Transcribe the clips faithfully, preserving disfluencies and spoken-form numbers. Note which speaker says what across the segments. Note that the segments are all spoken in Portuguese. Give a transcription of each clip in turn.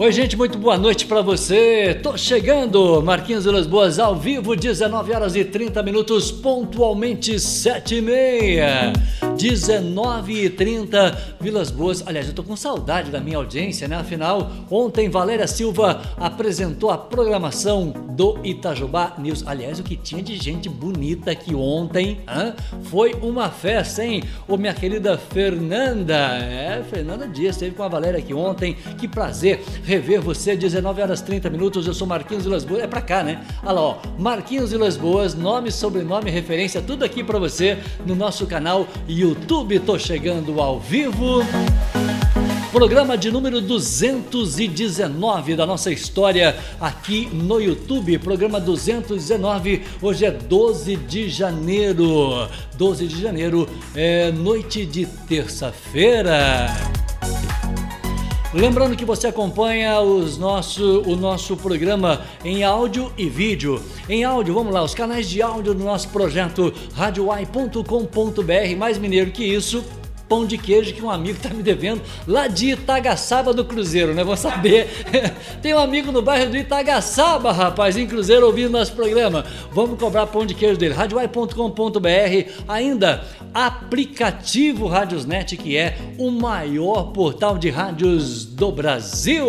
Speaker 1: Oi, gente, muito boa noite pra você. Tô chegando, Marquinhos Vilas Boas ao vivo, dezenove horas e trinta minutos, pontualmente sete e meia. dezenove e trinta, Vilas Boas. Aliás, eu tô com saudade da minha audiência, né? Afinal, ontem Valéria Silva apresentou a programação do Itajubá News. Aliás, o que tinha de gente bonita aqui ontem, hein? Foi uma festa, hein? Ô, minha querida Fernanda, é, Fernanda Dias esteve com a Valéria aqui ontem. Que prazer rever você, dezenove horas e trinta minutos. Eu sou Marquinhos Vilas Boas, é pra cá, né? Olha lá, ó, Marquinhos Vilas Boas, nome, sobrenome, referência, tudo aqui pra você no nosso canal YouTube. Tô chegando ao vivo. Programa de número duzentos e dezenove da nossa história aqui no YouTube. Programa duzentos e dezenove, hoje é doze de janeiro. doze de janeiro, é noite de terça-feira. Lembrando que você acompanha os nosso, o nosso programa em áudio e vídeo. Em áudio, vamos lá, os canais de áudio do nosso projeto rádio uai ponto com ponto br. Mais mineiro que isso, pão de queijo que um amigo tá me devendo lá de Itagaçaba do Cruzeiro, né? Vou saber. Tem um amigo no bairro do Itagaçaba, rapaz, em Cruzeiro, ouvindo nosso programa. Vamos cobrar pão de queijo dele. rádio uai ponto com ponto br. Ainda, aplicativo Rádiosnet, que é o maior portal de rádios do Brasil.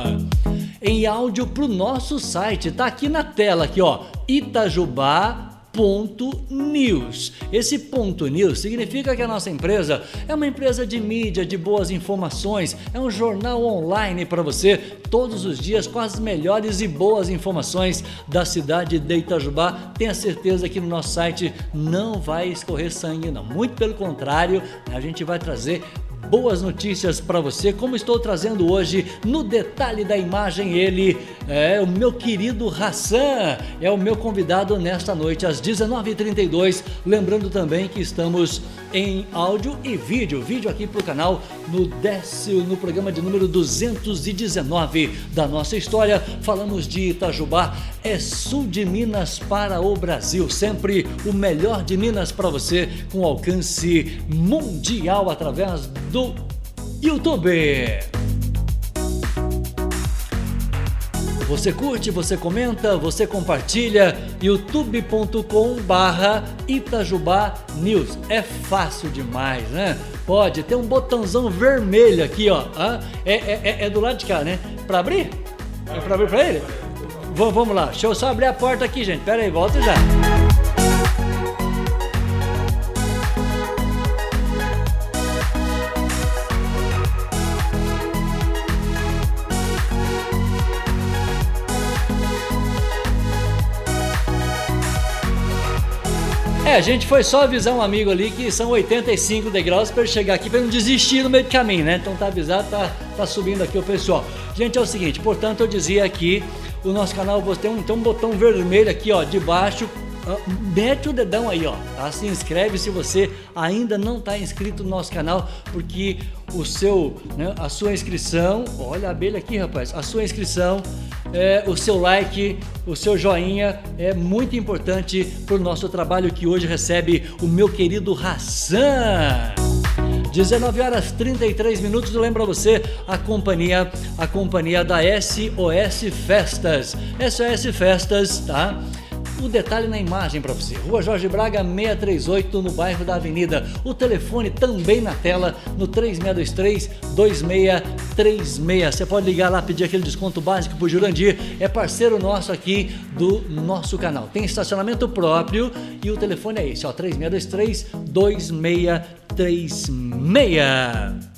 Speaker 1: Em áudio pro nosso site, tá aqui na tela, aqui ó, Itajubá ponto news. Esse ponto news significa que a nossa empresa é uma empresa de mídia, de boas informações, é um jornal online para você todos os dias com as melhores e boas informações da cidade de Itajubá. Tenha certeza que no nosso site não vai escorrer sangue, não. Muito pelo contrário, a gente vai trazer boas notícias para você, como estou trazendo hoje no detalhe da imagem. Ele é o meu querido Hassan, é o meu convidado nesta noite às dezenove e trinta e dois. Lembrando também que estamos em áudio e vídeo, vídeo aqui para o canal no décimo, no programa de número duzentos e dezenove da nossa história. Falamos de Itajubá, é sul de Minas para o Brasil, sempre o melhor de Minas para você, com alcance mundial através do YouTube. Você curte, você comenta, você compartilha. youtube ponto com barra Itajubá News. É fácil demais, né? Pode ter um botãozão vermelho aqui, ó. É, é, é, é do lado de cá, né? Pra abrir? É pra abrir pra ele? V vamos lá, deixa eu só abrir a porta aqui, gente. Pera aí, volta já. É, a gente foi só avisar um amigo ali que são oitenta e cinco degraus para ele chegar aqui, para não desistir no meio do caminho, né? Então tá avisado, tá, tá subindo aqui o pessoal. Gente, é o seguinte, portanto eu dizia aqui, o nosso canal tem um, tem um botão vermelho aqui, ó, de baixo. Mete o dedão aí, ó, tá? Se inscreve se você ainda não está inscrito no nosso canal, porque o seu, né, a sua inscrição, olha a abelha aqui, rapaz, a sua inscrição, é, o seu like, o seu joinha é muito importante para o nosso trabalho, que hoje recebe o meu querido Hassan. dezenove horas e trinta e três minutos, eu lembro a você a companhia, a companhia da S O S Festas, S O S Festas, tá? O detalhe na imagem para você, Rua Jorge Braga seiscentos e trinta e oito, no bairro da Avenida. O telefone também na tela, no três seis dois três, dois seis três seis. Você pode ligar lá, pedir aquele desconto básico pro Jurandir, é parceiro nosso aqui do nosso canal. Tem estacionamento próprio e o telefone é esse, ó, três seis dois três, dois seis três seis.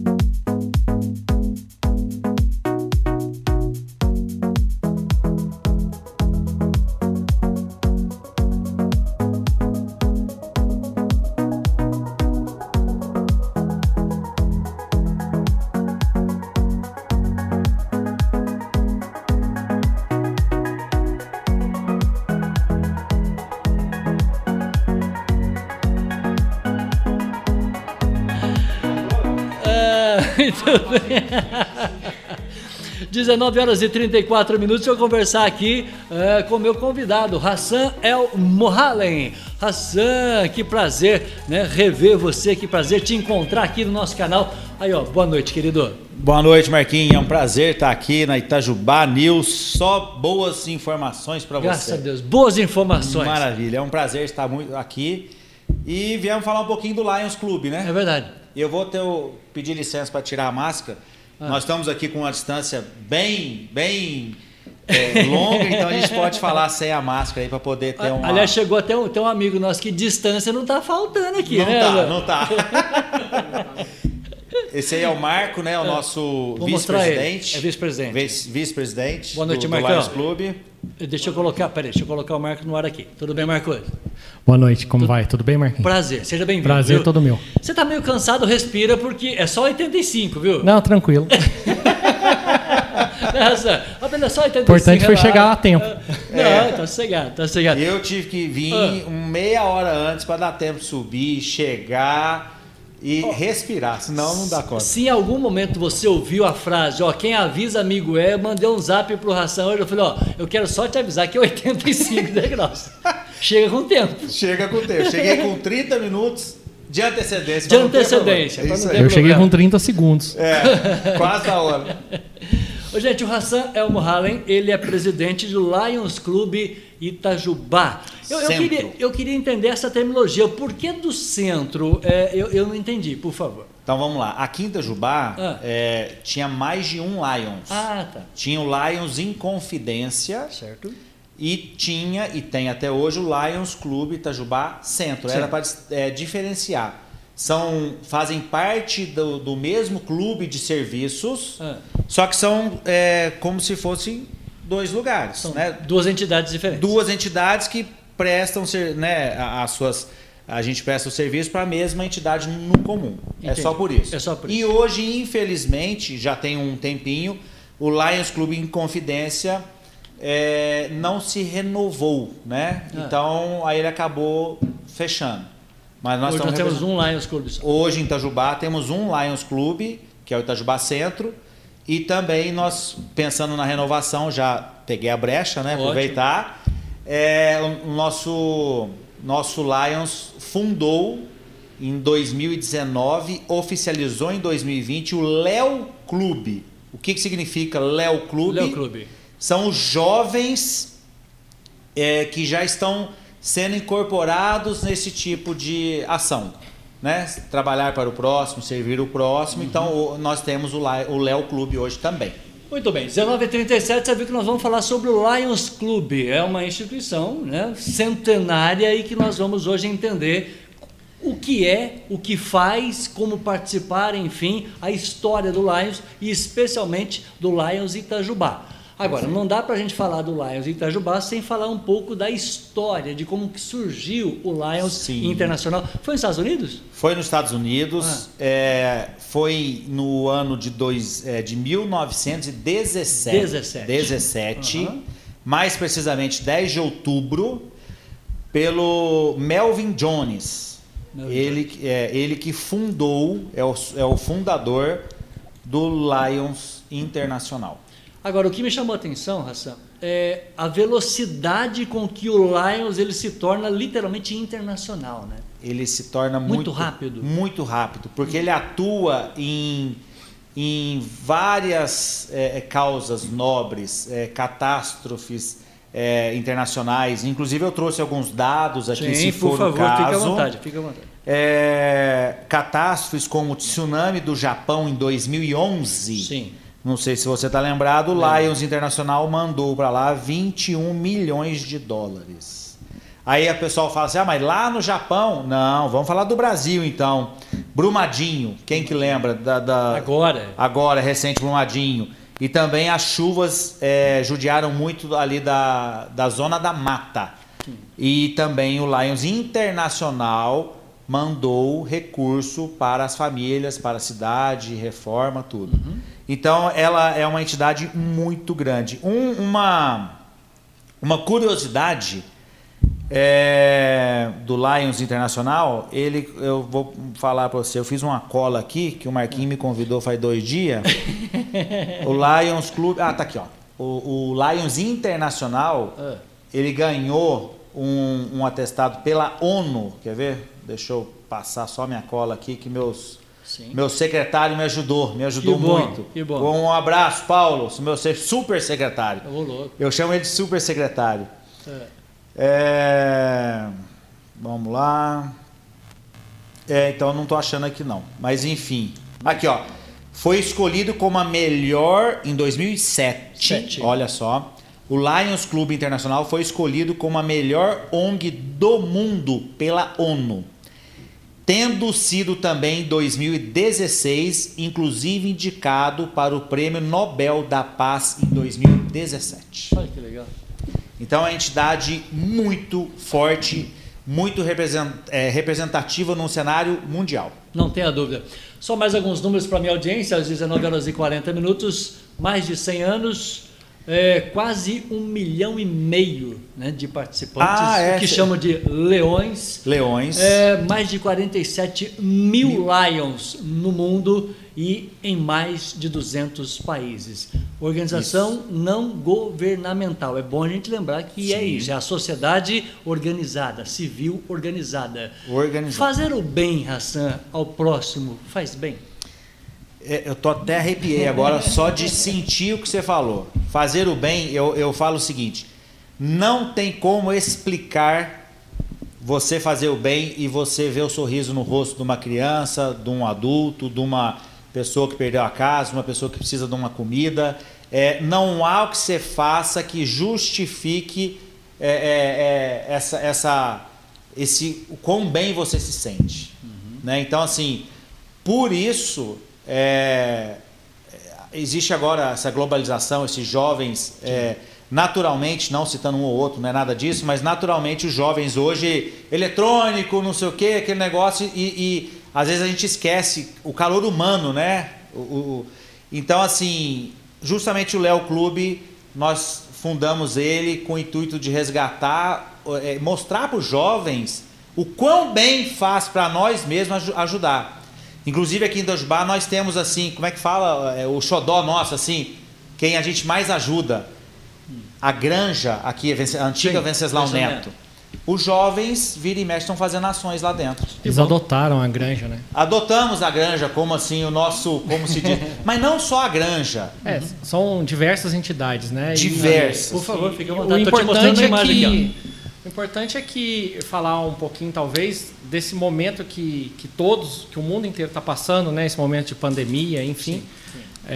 Speaker 1: Muito bem. dezenove horas e trinta e quatro minutos, eu vou conversar aqui uh, com o meu convidado, Hassan El Mohalen. Hassan, que prazer, né, rever você, que prazer te encontrar aqui no nosso canal. Aí, ó, boa noite, querido.
Speaker 2: Boa noite, Marquinhos. É um prazer estar aqui na Itajubá News. Só boas informações para você.
Speaker 1: Graças a Deus, boas informações.
Speaker 2: Maravilha, é um prazer estar muito aqui. E viemos falar um pouquinho do Lions Clube, né?
Speaker 1: É verdade.
Speaker 2: Eu vou ter o, pedir licença para tirar a máscara. Ah. Nós estamos aqui com uma distância bem, bem é, longa, então a gente pode falar sem a máscara aí para poder ter uma...
Speaker 1: Aliás, chegou até um, tem um amigo nosso que distância não tá faltando aqui,
Speaker 2: não
Speaker 1: né?
Speaker 2: Tá, não tá, Esse aí é o Marco, né? O nosso vice-presidente.
Speaker 1: É vice-presidente.
Speaker 2: Vice-presidente.
Speaker 1: Boa noite,
Speaker 2: do,
Speaker 1: Marcão.
Speaker 2: do Lions Clube.
Speaker 1: Deixa eu colocar, peraí, deixa eu colocar o Marco no ar aqui. Tudo bem, Marco?
Speaker 3: Boa noite, como Tudo... vai? Tudo bem, Marquinhos?
Speaker 1: Prazer, seja bem-vindo.
Speaker 3: Prazer
Speaker 1: viu?
Speaker 3: todo meu.
Speaker 1: Você tá meio cansado, respira, porque é só oitenta e cinco, viu?
Speaker 3: Não, tranquilo.
Speaker 1: Nossa, olha só, oitenta e cinco.
Speaker 3: Importante foi chegar a tempo.
Speaker 1: Não, é. tá sossegado, tá sossegado.
Speaker 2: Eu tive que vir ah. meia hora antes para dar tempo de subir, chegar e oh. respirar, senão não dá conta.
Speaker 1: Se em algum momento você ouviu a frase, ó, quem avisa amigo é, eu mandei um zap pro Ração hoje, eu falei, ó, eu quero só te avisar que é oitenta e cinco degraus. Chega com tempo.
Speaker 2: Chega com tempo. Cheguei com trinta minutos de antecedência.
Speaker 1: De antecedência.
Speaker 2: É isso
Speaker 3: aí. Eu cheguei com trinta segundos.
Speaker 2: É, quase a hora.
Speaker 1: Ô, gente, o Hassan El Mohalem, ele é presidente do Lions Clube Itajubá. Eu, eu, queria, eu queria entender essa terminologia. O porquê do centro? É, eu, eu não entendi, por favor.
Speaker 2: Então vamos lá. Aqui em Itajubá ah. é, tinha mais de um Lions.
Speaker 1: Ah, tá.
Speaker 2: Tinha o Lions em Confidência.
Speaker 1: Certo.
Speaker 2: E tinha, e tem até hoje, o Lions Clube Itajubá Centro. Certo. Era para é, diferenciar. São, fazem parte do, do mesmo clube de serviços, ah. só que são é, como se fossem dois lugares.
Speaker 1: São
Speaker 2: né?
Speaker 1: Duas entidades diferentes.
Speaker 2: Duas entidades que prestam, né, as suas, a gente presta o serviço para a mesma entidade no comum. Entendi. É só por isso.
Speaker 1: É só por isso.
Speaker 2: E hoje, infelizmente, já tem um tempinho, o Lions Clube em Confidência é, não se renovou, né? Ah. Então, aí ele acabou fechando. Mas nós,
Speaker 1: Hoje nós temos um Lions Clube.
Speaker 2: Hoje em Itajubá temos um Lions Clube, que é o Itajubá Centro, e também nós, pensando na renovação, já peguei a brecha, né? Aproveitar. É, o nosso, nosso Lions fundou em dois mil e dezenove, oficializou em dois mil e vinte o Léo Clube. O que, que significa Léo Clube?
Speaker 1: Léo Clube.
Speaker 2: São os jovens é, que já estão sendo incorporados nesse tipo de ação, né? Trabalhar para o próximo, servir o próximo. Uhum. Então, nós temos o Léo Clube hoje também.
Speaker 1: Muito bem, dezenove e trinta e sete, você viu que nós vamos falar sobre o Lions Clube. É uma instituição, né, centenária e que nós vamos hoje entender o que é, o que faz, como participar, enfim, a história do Lions e especialmente do Lions Itajubá. Agora, não dá para a gente falar do Lions Itajubá sem falar um pouco da história, de como que surgiu o Lions Sim. Internacional. Foi nos Estados Unidos?
Speaker 2: Foi nos Estados Unidos, ah. é, foi no ano de, dois, é, de mil novecentos e dezessete,
Speaker 1: dezessete.
Speaker 2: dezessete uhum. mais precisamente dez de outubro, pelo Melvin Jones. Melvin ele, Jones. É, ele que fundou, é o, é o fundador do Lions Internacional.
Speaker 1: Agora, o que me chamou a atenção, Hassan, é a velocidade com que o Lions ele se torna literalmente internacional, né?
Speaker 2: Ele se torna muito,
Speaker 1: muito rápido.
Speaker 2: Muito rápido, porque ele atua em, em várias é, causas nobres, é, catástrofes é, internacionais. Inclusive, eu trouxe alguns dados aqui,
Speaker 1: Sim,
Speaker 2: se for
Speaker 1: por favor,
Speaker 2: o caso.
Speaker 1: fique à vontade, fique à vontade.
Speaker 2: É, catástrofes como o tsunami do Japão em dois mil e onze.
Speaker 1: Sim.
Speaker 2: Não sei se você está lembrado, o é. Lions Internacional mandou para lá vinte e um milhões de dólares. Aí a pessoa fala assim, ah, mas lá no Japão? Não, vamos falar do Brasil então. Brumadinho, quem que lembra? Da, da...
Speaker 1: Agora.
Speaker 2: Agora, recente Brumadinho. E também as chuvas é, judiaram muito ali da, da zona da mata. Hum. E também o Lions Internacional mandou recurso para as famílias, para a cidade, reforma, tudo. Uhum. Então, ela é uma entidade muito grande. Um, uma, uma curiosidade é, do Lions Internacional, ele, eu vou falar para você, eu fiz uma cola aqui, que o Marquinhos me convidou faz dois dias. O Lions Clube... Ah, tá aqui, ó. O, o Lions Internacional, ele ganhou um, um atestado pela ONU. Quer ver? Deixa eu passar só minha cola aqui, que meus...
Speaker 1: Sim.
Speaker 2: Meu secretário me ajudou, me ajudou
Speaker 1: Que bom,
Speaker 2: muito.
Speaker 1: que bom.
Speaker 2: Um abraço, Paulo, meu super secretário.
Speaker 1: Ô, louco.
Speaker 2: Eu chamo ele de super secretário.
Speaker 1: É.
Speaker 2: É... Vamos lá. É, então não tô achando aqui não. Mas enfim. Aqui, ó. Foi escolhido como a melhor em dois mil e sete.
Speaker 1: Sete.
Speaker 2: Olha só. O Lions Clube Internacional foi escolhido como a melhor O N G do mundo pela ONU. Tendo sido também em dois mil e dezesseis, inclusive indicado para o Prêmio Nobel da Paz em dois mil e dezessete.
Speaker 1: Olha que legal.
Speaker 2: Então é uma entidade muito forte, muito representativa num cenário mundial.
Speaker 1: Não tenha dúvida. Só mais alguns números para a minha audiência, às dezenove horas e quarenta minutos, mais de cem anos, é, quase um milhão e meio, né, de participantes,
Speaker 2: Ah, é,
Speaker 1: o que
Speaker 2: cê...
Speaker 1: chamam de leões.
Speaker 2: Leões.
Speaker 1: É, mais de quarenta e sete mil, mil lions no mundo e em mais de duzentos países. Organização isso. Não governamental. É bom a gente lembrar que Sim. é isso, é a sociedade organizada, civil organizada.
Speaker 2: Organizada.
Speaker 1: Fazer o bem, Hassan, ao próximo faz bem?
Speaker 2: É, eu tô até arrepiei agora só de sentir o que você falou. Fazer o bem, eu, eu falo o seguinte, não tem como explicar você fazer o bem e você ver o sorriso no rosto de uma criança, de um adulto, de uma pessoa que perdeu a casa, uma pessoa que precisa de uma comida. É, não há o que você faça que justifique é, é, é, essa, essa, esse, o quão bem você se sente. Uhum. Né? Então, assim, por isso, é, existe agora essa globalização, esses jovens, é, naturalmente, não citando um ou outro, não é nada disso, mas naturalmente os jovens hoje, eletrônico, não sei o que, aquele negócio, e, e às vezes a gente esquece o calor humano, né? O, o, então, assim, justamente o Léo Clube, nós fundamos ele com o intuito de resgatar, é, mostrar para os jovens o quão bem faz para nós mesmos ajudar. Inclusive aqui em Itajubá nós temos assim, como é que fala, é, o xodó nosso, assim, quem a gente mais ajuda, a granja aqui, a antiga Sim, Venceslau Neto. Os jovens, vira e mexe, estão fazendo ações lá dentro.
Speaker 3: Eles adotaram a granja, né?
Speaker 2: Adotamos a granja como assim, o nosso, como se diz. Mas não só a granja.
Speaker 3: É, uhum. São diversas entidades, né?
Speaker 2: Diversas.
Speaker 1: E, por favor, fique à vontade.
Speaker 3: O importante, é
Speaker 1: que,
Speaker 3: aqui, o importante é que falar um pouquinho, talvez, desse momento que, que todos, que o mundo inteiro está passando, né? Esse momento de pandemia, enfim. Sim, sim.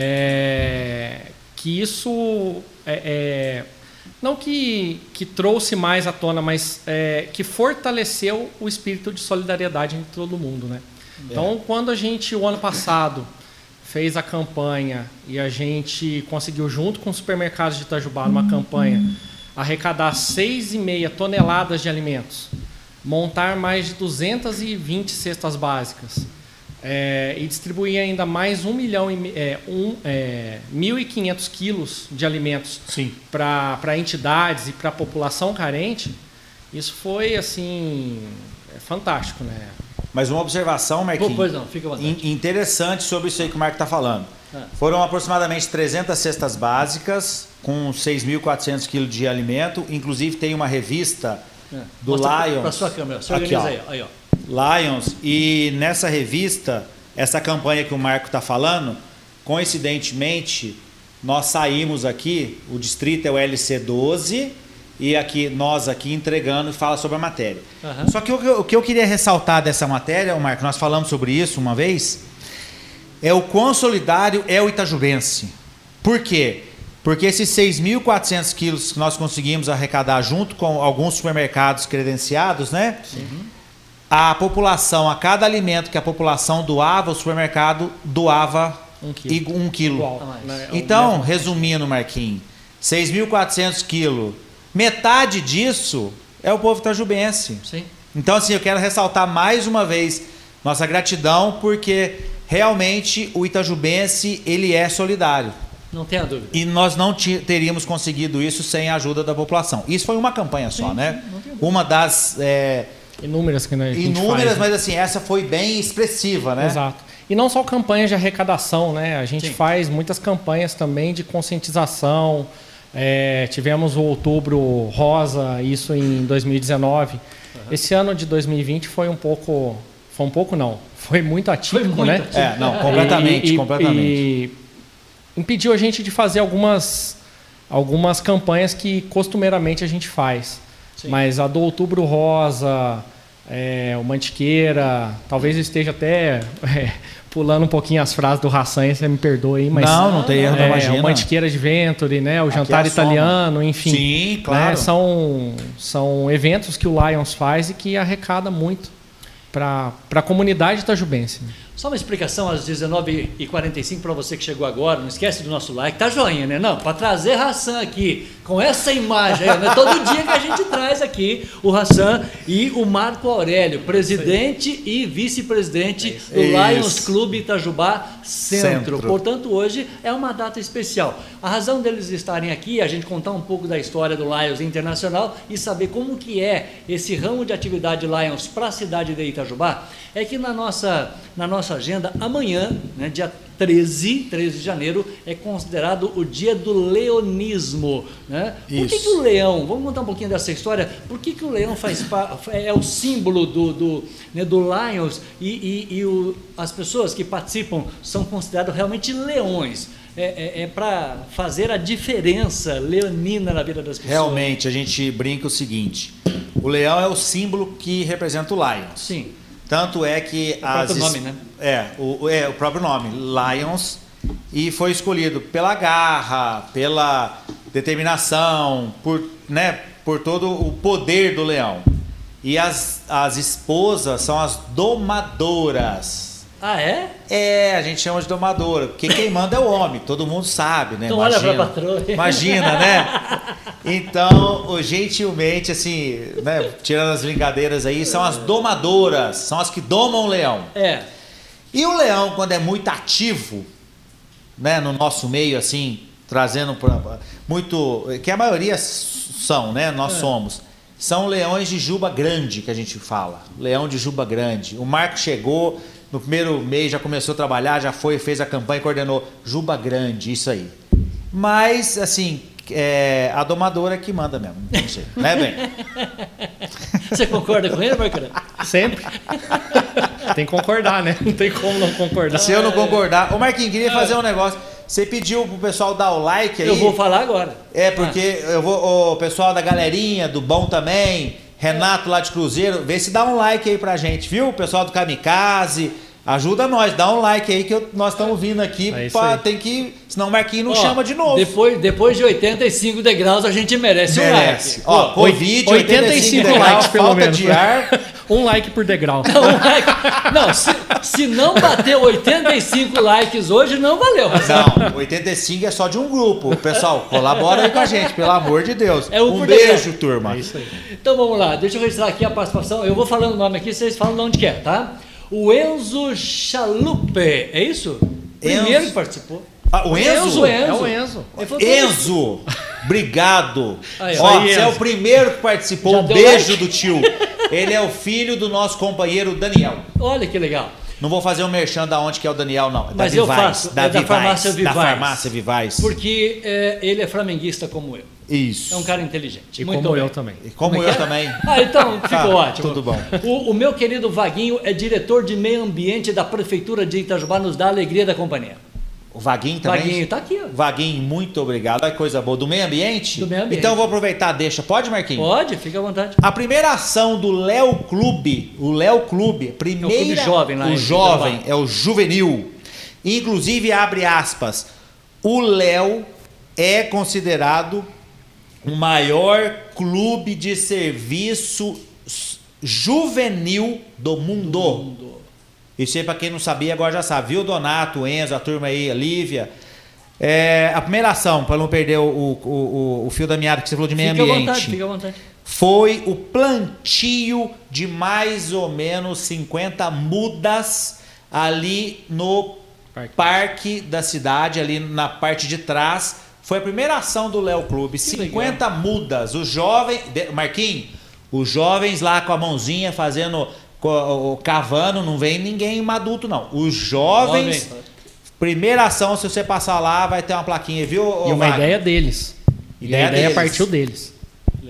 Speaker 3: É, que isso é, é não que, que trouxe mais à tona, mas é, que fortaleceu o espírito de solidariedade entre todo mundo, né? É. Então, quando a gente, o ano passado, fez a campanha e a gente conseguiu, junto com os supermercados de Itajubá, numa campanha, arrecadar seis vírgula cinco toneladas de alimentos, montar mais de duzentas e vinte cestas básicas, É, e distribuir ainda mais um milhão e é, um, é, mil e quinhentos quilos de alimentos para entidades e para a população carente, isso foi assim é fantástico, né?
Speaker 2: Mas uma observação, Marquinhos,
Speaker 1: pois não, fica à vontade.
Speaker 2: Interessante sobre isso aí que o Marco está falando. Ah. Foram aproximadamente trezentas cestas básicas com seis mil e quatrocentos quilos de alimento, inclusive tem uma revista é. do
Speaker 1: Mostra
Speaker 2: Lions.
Speaker 1: Para sua câmera, se organiza aqui, ó. aí, ó.
Speaker 2: Lions, e nessa revista, essa campanha que o Marco está falando, coincidentemente, nós saímos aqui, o distrito é o L C doze, e aqui nós aqui entregando e fala sobre a matéria. Uhum. Só que o, o que eu queria ressaltar dessa matéria, Marco, nós falamos sobre isso uma vez, é o quão solidário é o itajubense. Por quê? Porque esses seis mil e quatrocentos quilos que nós conseguimos arrecadar junto com alguns supermercados credenciados, né? Sim. A população, a cada alimento que a população doava, o supermercado doava um quilo. Um quilo. Igual, então, resumindo, Marquinhos, seis mil e quatrocentos quilos, metade disso é o povo itajubense. Sim. Então, assim, eu quero ressaltar mais uma vez nossa gratidão, porque realmente o itajubense, ele é solidário.
Speaker 1: Não tenha dúvida.
Speaker 2: E nós não teríamos conseguido isso sem a ajuda da população. Isso foi uma campanha só, sim, né? Sim, uma das... É,
Speaker 3: Inúmeras que a gente
Speaker 2: Inúmeras,
Speaker 3: faz,
Speaker 2: mas assim, essa foi bem expressiva, né?
Speaker 3: Exato. E não só campanhas de arrecadação, né? A gente Sim. faz muitas campanhas também de conscientização. É, tivemos o Outubro Rosa, isso em dois mil e dezenove. Uhum. Esse ano de dois mil e vinte foi um pouco... Foi um pouco não. foi muito atípico,
Speaker 1: Foi muito
Speaker 3: né?
Speaker 1: atípico.
Speaker 2: É, não, completamente,
Speaker 3: E- e-
Speaker 2: completamente.
Speaker 3: E impediu a gente de fazer algumas, algumas campanhas que costumeiramente a gente faz.
Speaker 1: Sim.
Speaker 3: Mas a do Outubro Rosa, é, o Mantiqueira, talvez eu esteja até é, pulando um pouquinho as frases do Hassan, você me perdoa aí, mas...
Speaker 2: Não, não tem erro, não,
Speaker 3: é,
Speaker 2: imagina.
Speaker 3: o Mantiqueira de Venture, né? O
Speaker 2: Aqui
Speaker 3: Jantar
Speaker 2: é a soma.
Speaker 3: Italiano, enfim.
Speaker 2: Sim, claro.
Speaker 3: Né? São, são eventos que o Lions faz e que arrecada muito para a comunidade itajubense.
Speaker 1: Só uma explicação às dezenove e quarenta e cinco para você que chegou agora. Não esquece do nosso like. Tá joinha, né? Não, para trazer Hassan aqui com essa imagem. Aí, né? Todo dia que a gente traz aqui o Hassan e o Marco Aurélio, presidente e vice-presidente do
Speaker 2: Isso.
Speaker 1: Lions Clube Itajubá Centro.
Speaker 2: Centro.
Speaker 1: Portanto, hoje é uma data especial. A razão deles estarem aqui é a gente contar um pouco da história do Lions Internacional e saber como que é esse ramo de atividade Lions para a cidade de Itajubá. É que na nossa, na nossa agenda, amanhã, né, dia treze, treze de janeiro, é considerado o dia do leonismo. Né? Por que,
Speaker 2: Isso.
Speaker 1: que o leão, vamos contar um pouquinho dessa história, por que, que o leão faz pa- é o símbolo do, do, né, do Lions e, e, e o, as pessoas que participam são consideradas realmente leões? É, é, é para fazer a diferença leonina na vida das pessoas.
Speaker 2: Realmente, a gente brinca o seguinte: o leão é o símbolo que representa o Lions.
Speaker 1: Sim.
Speaker 2: Tanto é que
Speaker 1: O
Speaker 2: as
Speaker 1: próprio nome, né?
Speaker 2: É, o, é, o próprio nome, Lions, e foi escolhido pela garra, pela determinação, por, né, por todo o poder do leão. E as, as esposas são as domadoras.
Speaker 1: Ah, é?
Speaker 2: É, a gente chama de domadora, porque quem manda é o homem, todo mundo sabe, né?
Speaker 1: Então olha pra patroa.
Speaker 2: Imagina, né? Então, gentilmente, assim, né, tirando as brincadeiras aí, são as domadoras, são as que domam o leão.
Speaker 1: É.
Speaker 2: E o leão, quando é muito ativo, né, no nosso meio, assim, trazendo pra, muito, que a maioria são, né, nós
Speaker 1: É.
Speaker 2: somos, são leões de juba grande, que a gente fala, leão de juba grande. O Marco chegou, no primeiro mês já começou a trabalhar, já foi, fez a campanha, coordenou, juba grande, isso aí. Mas, assim, é a domadora que manda mesmo, não sei, né, bem?
Speaker 1: Você concorda com ele, Marcarão?
Speaker 3: Sempre. Tem que concordar, né? Não tem como não concordar.
Speaker 2: Se eu não concordar... Ô, Marquinhos, queria fazer um negócio. Você pediu pro pessoal dar o like aí.
Speaker 1: Eu vou falar agora.
Speaker 2: É, porque eu vou, o pessoal da galerinha, do Bom também, Renato lá de Cruzeiro, vê se dá um like aí pra gente, viu? O pessoal do Kamikaze, ajuda nós, dá um like aí que eu- nós estamos vindo aqui,
Speaker 3: É isso
Speaker 2: pra,
Speaker 3: aí.
Speaker 2: tem que, senão o Marquinhos não
Speaker 1: Ó,
Speaker 2: chama de novo.
Speaker 1: Depois, depois de oitenta e cinco degraus, a gente merece,
Speaker 2: Merece.
Speaker 1: um like.
Speaker 2: Ó, Covid,
Speaker 3: oitenta e cinco likes pelo
Speaker 2: falta
Speaker 3: menos.
Speaker 2: de ar.
Speaker 3: Um like por degrau.
Speaker 1: Um like. Não, se, se não bater oitenta e cinco likes hoje, não valeu.
Speaker 2: Não, oitenta e cinco é só de um grupo. Pessoal, colabora aí com a gente, pelo amor de Deus.
Speaker 1: É um
Speaker 2: um
Speaker 1: por
Speaker 2: beijo,
Speaker 1: degrau.
Speaker 2: turma.
Speaker 3: É isso aí.
Speaker 1: Então vamos lá, deixa eu registrar aqui a participação. Eu vou falando o nome aqui, vocês falam de onde que é, tá? O Enzo Chalupe, é isso? Primeiro
Speaker 2: Enzo.
Speaker 1: que participou.
Speaker 2: Ah, o Enzo?
Speaker 1: Enzo, Enzo.
Speaker 3: É o Enzo.
Speaker 1: Ele falou,
Speaker 2: Enzo, obrigado.
Speaker 1: Aí,
Speaker 2: Ó,
Speaker 3: ó. Aí,
Speaker 2: você é o
Speaker 3: Enzo.
Speaker 2: primeiro que participou.
Speaker 1: Já
Speaker 2: Um
Speaker 1: deu
Speaker 2: beijo
Speaker 1: like?
Speaker 2: do tio. Ele é o filho do nosso companheiro Daniel.
Speaker 1: Olha que legal.
Speaker 2: Não vou fazer o um merchan da onde que é o Daniel, não. É
Speaker 1: Mas
Speaker 2: da
Speaker 1: eu
Speaker 2: Vivais,
Speaker 1: faço,
Speaker 2: Da
Speaker 1: é da
Speaker 2: Vivais,
Speaker 1: farmácia Vivais.
Speaker 2: Da farmácia Vivais.
Speaker 1: Porque é, ele é flamenguista como eu.
Speaker 2: Isso.
Speaker 1: É um cara inteligente.
Speaker 3: E
Speaker 1: Muito
Speaker 3: como
Speaker 1: bem.
Speaker 3: eu também.
Speaker 2: E como
Speaker 1: Como é
Speaker 2: eu
Speaker 1: que é?
Speaker 2: também.
Speaker 1: Ah, então ficou
Speaker 2: Ah,
Speaker 1: ótimo.
Speaker 2: tudo bom.
Speaker 1: O, o meu querido Vaguinho é diretor de meio ambiente da Prefeitura de Itajubá, nos dá a alegria da companhia.
Speaker 2: O Vaguinho também.
Speaker 1: Vaguinho tá aqui, ó.
Speaker 2: Vaguinho, muito obrigado. Olha que coisa boa. Do meio ambiente?
Speaker 1: Do meio ambiente.
Speaker 2: Então eu vou aproveitar, deixa. Pode, Marquinhos?
Speaker 1: Pode, fica à vontade.
Speaker 2: A primeira ação do Léo Clube, o Léo Clube, primeira,
Speaker 1: É o clube jovem lá
Speaker 2: o
Speaker 1: em
Speaker 2: jovem,
Speaker 1: Itajubá.
Speaker 2: é o juvenil. Inclusive, abre aspas, o Léo é considerado o maior clube de serviço s- juvenil do mundo.
Speaker 1: Mundo.
Speaker 2: Isso aí, para quem não sabia, agora já sabe. Viu, Donato, o Enzo, a turma aí, a Lívia. É, a primeira ação, para não perder o, o, o, o fio da meada que você falou de meio
Speaker 1: Fica à
Speaker 2: ambiente,
Speaker 1: vontade, fica à vontade.
Speaker 2: foi o plantio de mais ou menos cinquenta mudas ali no
Speaker 3: Parque.
Speaker 2: parque da cidade, ali na parte de trás. Foi a primeira ação do Léo Clube. cinquenta mudas. Os jovens. de- Marquinhos, os jovens lá com a mãozinha fazendo. co- o- cavando, não vem ninguém adulto, não. Os jovens.
Speaker 1: Jovem.
Speaker 2: Primeira ação, se você passar lá, vai ter uma plaquinha, viu?
Speaker 3: E
Speaker 2: ô
Speaker 3: uma
Speaker 2: Wagner?
Speaker 3: ideia deles. E
Speaker 2: Ideia
Speaker 3: a ideia
Speaker 2: deles.
Speaker 3: partiu deles.
Speaker 1: A,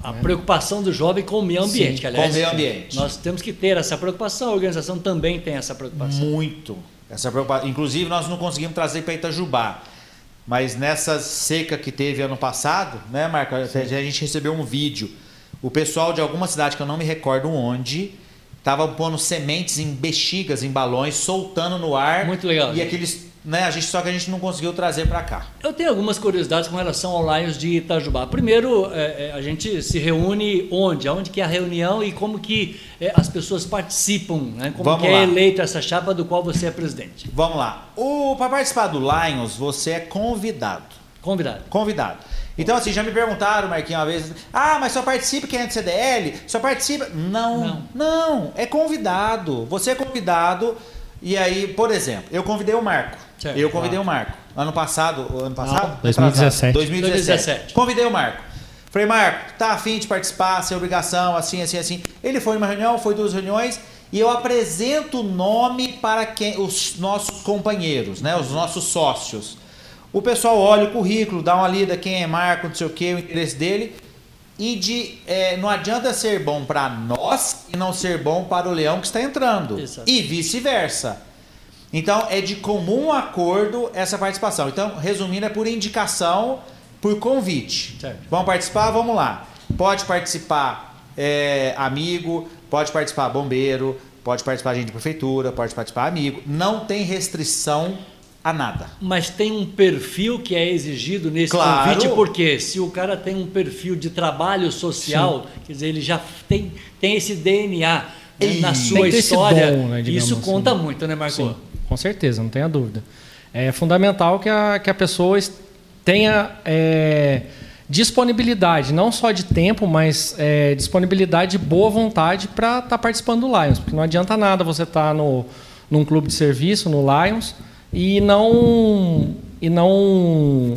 Speaker 1: A
Speaker 3: né?
Speaker 1: preocupação do jovem com o meio ambiente.
Speaker 3: Sim,
Speaker 1: que, aliás,
Speaker 2: com o meio ambiente.
Speaker 1: Nós temos que ter essa preocupação, a organização também tem essa preocupação.
Speaker 2: Muito. Essa preocupação. Inclusive, nós não conseguimos trazer para Itajubá. Mas nessa seca que teve ano passado, né, Marco? Sim. A gente recebeu um vídeo. O pessoal de alguma cidade que eu não me recordo onde estava pondo sementes em bexigas, em balões, soltando no ar.
Speaker 1: Muito legal.
Speaker 2: E
Speaker 1: gente.
Speaker 2: aqueles, né, a gente, só que a gente não conseguiu trazer para cá.
Speaker 1: Eu tenho algumas curiosidades com relação ao Lions de Itajubá. Primeiro, é, a gente se reúne onde? Onde que é a reunião e como que é, as pessoas participam, né? Como
Speaker 2: Vamos
Speaker 1: que é
Speaker 2: lá.
Speaker 1: eleita essa chapa do qual você é presidente?
Speaker 2: Vamos lá. Para participar do Lions, você é convidado.
Speaker 1: Convidado.
Speaker 2: Convidado. Então, assim, já me perguntaram, Marquinhos, uma vez, ah, mas só participa quem é do C D L? Só participa... Não, não, não, é convidado. Você é convidado e aí, por exemplo, eu convidei o Marco.
Speaker 1: Certo,
Speaker 2: eu convidei
Speaker 1: claro.
Speaker 2: o Marco. Ano passado, ano passado?
Speaker 3: dois mil e dezessete.
Speaker 2: dois mil e dezessete.
Speaker 1: dois mil e dezessete.
Speaker 2: Convidei o Marco. Falei, Marco, tá afim de participar, sem obrigação, assim, assim, assim. Ele foi numa reunião, foi duas reuniões, e eu apresento o nome para quem, os nossos companheiros, né, os nossos sócios. O pessoal olha o currículo, dá uma lida, quem é Marco, não sei o que, o interesse dele. E de, é, não adianta ser bom para nós e não ser bom para o leão que está entrando.
Speaker 1: Exato.
Speaker 2: E vice-versa. Então, é de comum acordo essa participação. Então, resumindo, é por indicação, por convite.
Speaker 1: Certo.
Speaker 2: Vamos participar? Vamos lá. Pode participar é, amigo, pode participar bombeiro, pode participar gente de prefeitura, pode participar amigo. Não tem restrição a nada.
Speaker 1: Mas tem um perfil que é exigido nesse
Speaker 2: Claro.
Speaker 1: convite, porque se o cara tem um perfil de trabalho social, sim, quer dizer, ele já tem, tem esse D N A, né, na sua história,
Speaker 3: dom, né,
Speaker 1: isso
Speaker 3: assim.
Speaker 1: conta muito, né, Marco?
Speaker 3: Sim, com certeza, não tenha dúvida. É fundamental que a, que a pessoa tenha é, disponibilidade, não só de tempo, mas é, disponibilidade de boa vontade para estar tá participando do Lions, porque não adianta nada você estar tá no, num clube de serviço, no Lions, e não, e não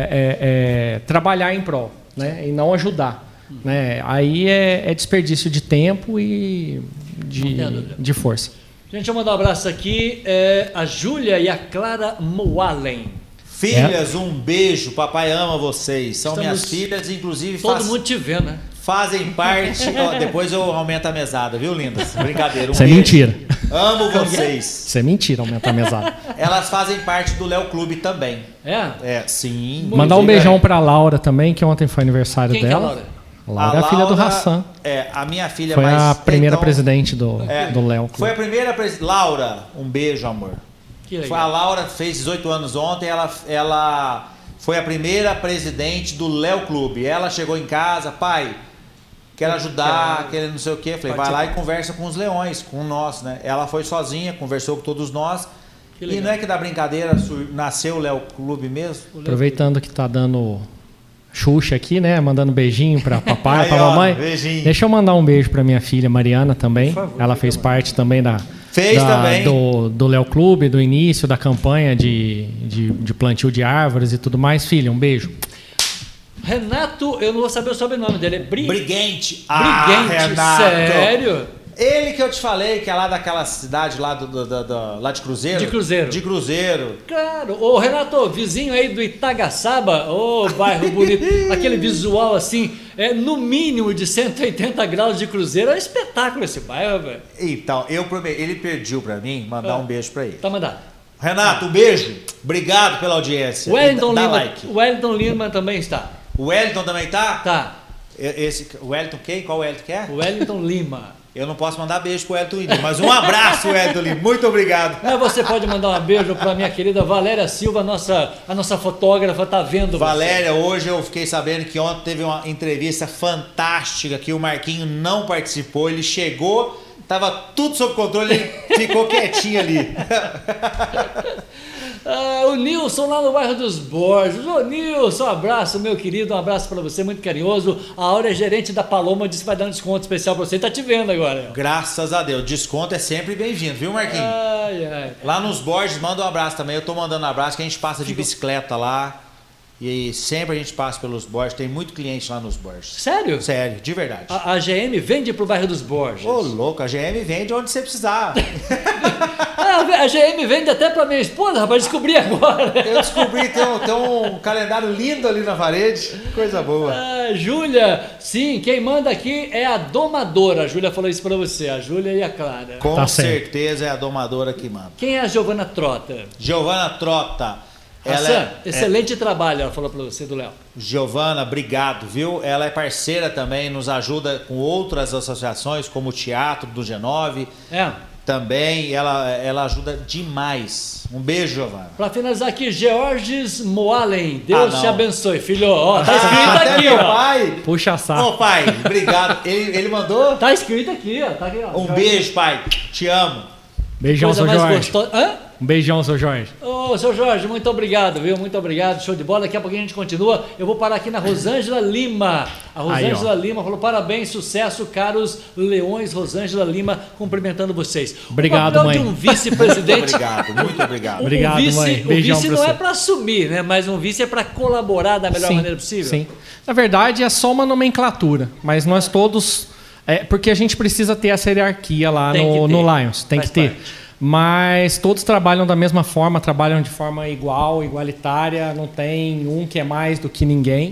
Speaker 3: é, é, é, trabalhar em prol, né? E não ajudar. Uhum. Né? Aí é, é desperdício de tempo e de, de força.
Speaker 1: Gente, eu vou mandar um abraço aqui, é, a Júlia e a Clara Moalen.
Speaker 2: Filhas, é. um beijo, papai ama vocês. São
Speaker 1: Estamos
Speaker 2: minhas filhas, inclusive
Speaker 1: todo
Speaker 2: faz...
Speaker 1: mundo te vendo, né?
Speaker 2: Fazem parte. Ó, depois eu aumento a mesada, viu, lindas? Brincadeira. Um
Speaker 3: Isso é
Speaker 2: beijo.
Speaker 3: mentira.
Speaker 2: Amo vocês.
Speaker 3: Isso é mentira, aumentar a mesada.
Speaker 2: Elas fazem parte do Léo Clube também.
Speaker 1: É?
Speaker 2: É, sim.
Speaker 1: Muito
Speaker 3: Mandar um
Speaker 1: bem,
Speaker 3: beijão
Speaker 1: cara.
Speaker 3: pra Laura também, que ontem foi aniversário
Speaker 1: Quem
Speaker 3: dela.
Speaker 1: Que é a Laura?
Speaker 3: Laura é a filha do Hassan.
Speaker 2: É, a minha filha
Speaker 3: foi
Speaker 2: mais...
Speaker 3: a primeira
Speaker 2: então,
Speaker 3: presidente do,
Speaker 2: é,
Speaker 3: do Léo Clube.
Speaker 2: Foi a primeira presidente. Laura, um beijo, amor.
Speaker 1: Que legal.
Speaker 2: Foi a Laura, fez dezoito anos ontem, ela, ela foi a primeira presidente do Léo Clube. Ela chegou em casa, pai, quero ajudar, quero não sei o quê. Falei, vai lá e conversa com os leões, com nós, né? Ela foi sozinha, conversou com todos nós. E não é que da brincadeira nasceu o Léo Clube mesmo?
Speaker 3: Aproveitando que tá dando Xuxa aqui, né? Mandando beijinho para papai,
Speaker 2: Aí,
Speaker 3: para mamãe.
Speaker 2: Ó, beijinho.
Speaker 3: Deixa eu mandar um beijo para minha filha Mariana também. Favor, ela fez parte também da,
Speaker 2: fez
Speaker 3: da
Speaker 2: também.
Speaker 3: do, do Léo Clube, do início da campanha de, de, de plantio de árvores e tudo mais. Filha, um beijo.
Speaker 1: Renato, eu não vou saber o sobrenome dele, é Bri...
Speaker 2: Briguente.
Speaker 1: Briguente,
Speaker 2: ah, Renato.
Speaker 1: Sério?
Speaker 2: Ele que eu te falei, que é lá daquela cidade lá, do, do, do, do, lá de Cruzeiro.
Speaker 1: De Cruzeiro.
Speaker 2: De Cruzeiro.
Speaker 1: Claro. Ô, Renato, vizinho aí do Itagaçaba, ô, bairro bonito, aquele visual assim, é no mínimo de cento e oitenta graus de Cruzeiro, é um espetáculo esse bairro, velho.
Speaker 2: Então, eu prometi, ele pediu pra mim mandar
Speaker 1: ah.
Speaker 2: um beijo pra ele.
Speaker 1: Tá mandado.
Speaker 2: Renato, um beijo. Obrigado pela audiência.
Speaker 1: Wellington
Speaker 2: dá
Speaker 1: Lima,
Speaker 2: like.
Speaker 1: Wellington Lima também está.
Speaker 2: O Wellington também tá?
Speaker 1: Tá.
Speaker 2: Esse, o Wellington quem? Qual Wellington que é?
Speaker 1: Wellington Lima.
Speaker 2: Eu não posso mandar beijo pro Wellington Lima, mas um abraço, Wellington Lima. Muito obrigado.
Speaker 1: Mas você pode mandar um beijo para minha querida Valéria Silva, nossa, a nossa fotógrafa, tá vendo
Speaker 2: Valéria,
Speaker 1: você.
Speaker 2: hoje eu fiquei sabendo que ontem teve uma entrevista fantástica que o Marquinho não participou. Ele chegou, tava tudo sob controle, ele ficou quietinho ali.
Speaker 1: Ah, o Nilson lá no bairro dos Borges. Ô Nilson, um abraço, meu querido, um abraço para você, muito carinhoso. A Aura é gerente da Paloma, disse que vai dar um desconto especial para você, tá te vendo agora.
Speaker 2: Graças a Deus, desconto é sempre bem-vindo, viu, Marquinhos?
Speaker 1: Ai, ai.
Speaker 2: Lá nos Borges, manda um abraço também, eu tô mandando um abraço, que a gente passa de bicicleta lá. E sempre a gente passa pelos Borges, tem muito cliente lá nos Borges.
Speaker 1: Sério?
Speaker 2: Sério, de verdade.
Speaker 1: A, a G M vende pro bairro dos Borges.
Speaker 2: Ô, louco, a G M vende onde você precisar.
Speaker 1: Ah, a, a G M vende até pra minha esposa, rapaz, descobri agora.
Speaker 2: Eu descobri, tem um, tem um calendário lindo ali na parede. Coisa boa.
Speaker 1: Ah, Júlia, sim, quem manda aqui é a domadora. A Júlia falou isso pra você, a Júlia e a Clara.
Speaker 2: Com
Speaker 3: Tá
Speaker 2: certeza é a domadora que manda.
Speaker 1: Quem é a Giovana Trota?
Speaker 2: Giovana Trota. Ela
Speaker 1: Hassan,
Speaker 2: é,
Speaker 1: excelente é... trabalho, ela falou pra você, do Léo.
Speaker 2: Giovana, obrigado, viu? Ela é parceira também, nos ajuda com outras associações, como o Teatro do G nove.
Speaker 1: É.
Speaker 2: Também, ela, ela ajuda demais. Um beijo, Giovana.
Speaker 1: Pra finalizar aqui, Georges Moalen. Deus
Speaker 2: Ah,
Speaker 1: te abençoe, filho. Ó, tá escrito
Speaker 2: Ah, até
Speaker 1: aqui,
Speaker 2: meu
Speaker 1: ó.
Speaker 2: pai.
Speaker 3: Puxa saco.
Speaker 2: Ô, pai, obrigado. Ele, ele mandou?
Speaker 1: Tá escrito aqui, ó. Tá aqui, ó.
Speaker 2: Um
Speaker 1: Jorge.
Speaker 2: beijo, pai. Te amo.
Speaker 3: Beijão,
Speaker 1: Coisa
Speaker 3: seu
Speaker 1: mais
Speaker 3: Jorge.
Speaker 1: gostosa. Hã?
Speaker 3: Um beijão, seu Jorge.
Speaker 1: Ô, seu Jorge, muito obrigado, viu? Muito obrigado, show de bola. Daqui a pouquinho a gente continua. Eu vou parar aqui na Rosângela Lima. A Rosângela
Speaker 3: Aí,
Speaker 1: Lima falou: parabéns, sucesso, caros leões. Rosângela Lima, cumprimentando vocês.
Speaker 3: Obrigado,
Speaker 1: o papel
Speaker 3: mãe.
Speaker 1: de um vice-presidente.
Speaker 2: Muito obrigado, muito obrigado.
Speaker 3: Obrigado,
Speaker 1: o vice,
Speaker 3: mãe.
Speaker 1: o
Speaker 3: Beijão
Speaker 1: vice
Speaker 3: pra
Speaker 1: não
Speaker 3: você.
Speaker 1: é para assumir, né? Mas um vice é para colaborar da melhor
Speaker 3: Sim,
Speaker 1: maneira possível.
Speaker 3: Sim. Na verdade, é só uma nomenclatura, mas nós todos. É, porque a gente precisa ter essa hierarquia lá
Speaker 1: Tem que
Speaker 3: no,
Speaker 1: ter.
Speaker 3: no Lions. Tem
Speaker 1: Faz
Speaker 3: que ter.
Speaker 1: parte.
Speaker 3: Mas todos trabalham da mesma forma, trabalham de forma igual, igualitária, não tem um que é mais do que ninguém.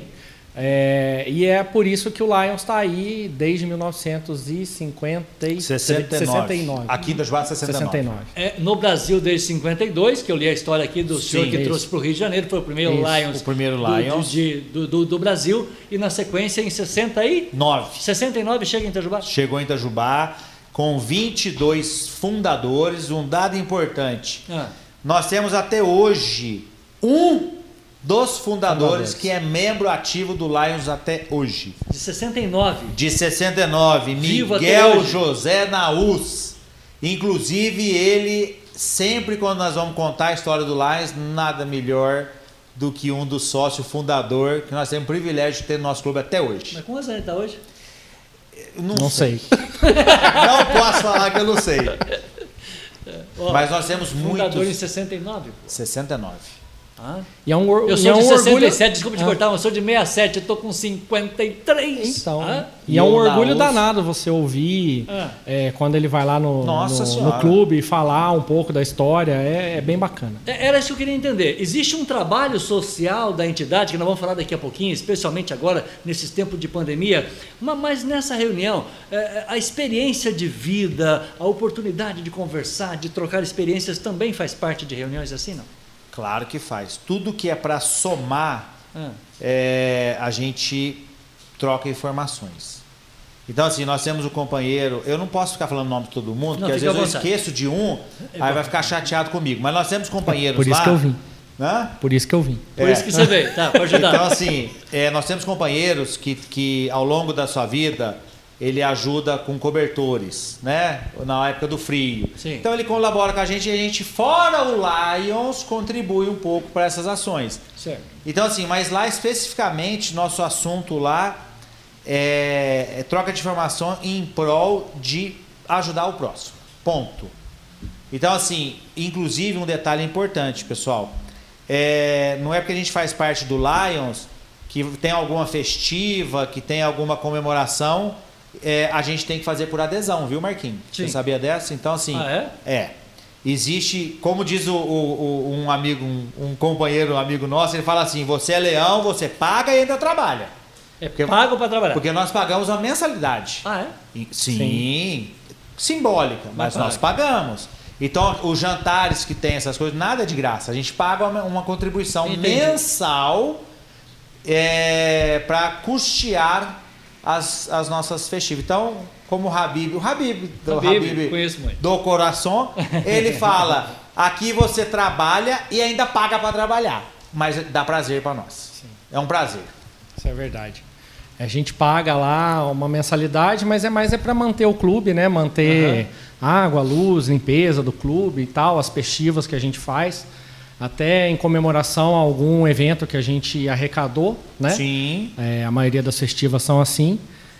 Speaker 3: É, e é por isso que o Lions está aí desde mil novecentos e cinquenta e
Speaker 2: sessenta e nove. Aqui em Itajubá, sessenta e nove.
Speaker 3: sessenta e nove.
Speaker 1: É, no Brasil, desde cinquenta e dois, que eu li a história aqui do
Speaker 2: Sim,
Speaker 1: senhor que
Speaker 3: isso.
Speaker 1: trouxe para o Rio de Janeiro, foi o primeiro
Speaker 3: Isso,
Speaker 1: Lions,
Speaker 2: o primeiro
Speaker 1: do,
Speaker 2: Lions.
Speaker 1: Do, de- do, do- do Brasil, e na sequência, em sessenta e
Speaker 2: Nove.
Speaker 1: sessenta e nove, chega em Itajubá.
Speaker 2: Chegou em Itajubá com vinte e dois fundadores. Um dado importante.
Speaker 1: Ah,
Speaker 2: Nós temos até hoje um dos fundadores,
Speaker 3: Fundadores.
Speaker 2: que é membro ativo do Lions até hoje.
Speaker 1: de sessenta e nove.
Speaker 2: De sessenta e nove,
Speaker 1: Vivo até
Speaker 2: Miguel
Speaker 1: hoje.
Speaker 2: José Naus. Inclusive, ele, sempre quando nós vamos contar a história do Lions, nada melhor do que um dos sócios fundador, que nós temos o privilégio de ter no nosso clube até hoje.
Speaker 1: Mas quantos anos ele está hoje?
Speaker 2: Não,
Speaker 3: Não sei.
Speaker 2: Não posso falar que eu não sei.
Speaker 1: Ó,
Speaker 2: Mas nós temos
Speaker 1: fundador em
Speaker 2: muitos.
Speaker 1: sessenta e nove.
Speaker 2: sessenta e nove.
Speaker 1: Ah.
Speaker 3: E é um, or-
Speaker 1: Eu
Speaker 3: e
Speaker 1: sou
Speaker 3: é
Speaker 1: de
Speaker 3: um
Speaker 1: sessenta
Speaker 3: orgulho.
Speaker 1: e sete, desculpa te
Speaker 3: Ah.
Speaker 1: cortar, eu sou de sessenta e sete, eu tô com cinquenta e três.
Speaker 3: Então,
Speaker 1: Ah?
Speaker 3: e é um
Speaker 2: E o
Speaker 3: orgulho
Speaker 2: Naus-
Speaker 3: danado você ouvir
Speaker 1: Ah.
Speaker 3: é, quando ele vai lá no,
Speaker 2: Nossa
Speaker 3: no,
Speaker 2: Senhora.
Speaker 3: no clube e falar um pouco da história, é, é bem bacana.
Speaker 1: É, Era isso que eu queria entender. Existe um trabalho social da entidade, que nós vamos falar daqui a pouquinho, especialmente agora, nesses tempos de pandemia, ma- mas nessa reunião, é, a experiência de vida, a oportunidade de conversar, de trocar experiências, também faz parte de reuniões assim, não?
Speaker 2: Claro que faz. Tudo que é para somar,
Speaker 1: Ah.
Speaker 2: é, a gente troca informações. Então, assim, nós temos o companheiro. Eu não posso ficar falando o nome de todo mundo,
Speaker 1: Não,
Speaker 2: porque às
Speaker 1: fica à
Speaker 2: vezes eu
Speaker 1: vontade.
Speaker 2: esqueço de um,
Speaker 1: É
Speaker 2: aí
Speaker 1: bom.
Speaker 2: vai ficar chateado comigo. Mas nós temos companheiros
Speaker 3: Por isso
Speaker 2: lá.
Speaker 3: que eu vim.
Speaker 2: Hã?
Speaker 3: Por isso que eu vim.
Speaker 1: Por
Speaker 2: É.
Speaker 1: isso que você veio, tá? Pode ajudar.
Speaker 2: Então, assim, é, nós temos companheiros que, que ao longo da sua vida ele ajuda com cobertores, né? Na época do frio.
Speaker 1: Sim.
Speaker 2: Então ele colabora com a gente e a gente, fora o Lions, contribui um pouco para essas ações.
Speaker 1: Certo.
Speaker 2: Então, assim, mas lá especificamente, nosso assunto lá é, é troca de informação em prol de ajudar o próximo. Ponto. Então, assim, inclusive um detalhe importante, pessoal. É, não é porque a gente faz parte do Lions que tem alguma festiva, que tem alguma comemoração, é, a gente tem que fazer por adesão, viu, Marquinhos?
Speaker 1: Sim.
Speaker 2: Você sabia dessa? Então, assim,
Speaker 1: Ah, é?
Speaker 2: é. Existe, como diz o, o- o- um amigo, um, um companheiro, um amigo nosso, ele fala assim: você é leão, você paga e ainda trabalha.
Speaker 1: É
Speaker 2: Porque-
Speaker 1: pago para trabalhar.
Speaker 2: Porque nós pagamos a mensalidade.
Speaker 1: Ah, é?
Speaker 2: E- Sim,
Speaker 3: Sim.
Speaker 2: simbólica, mas
Speaker 1: Mas
Speaker 2: nós pagamos. Então, os jantares que tem essas coisas, nada é de graça. A gente paga uma, uma contribuição
Speaker 1: Entendi.
Speaker 2: mensal é, para custear as, as nossas festivas. Então, como o Habib, o Habib, do
Speaker 1: Habib,
Speaker 2: Habib
Speaker 1: conheço muito.
Speaker 2: do coração, ele fala: aqui você trabalha e ainda paga para trabalhar, mas dá prazer para nós. É um prazer.
Speaker 3: Isso é verdade. A gente paga lá uma mensalidade, mas é mais é para manter o clube, né? Manter água, luz, limpeza do clube e tal, as festivas que a gente faz, até em comemoração a algum evento que a gente arrecadou, né?
Speaker 2: Sim.
Speaker 3: É, a maioria das festivas são assim.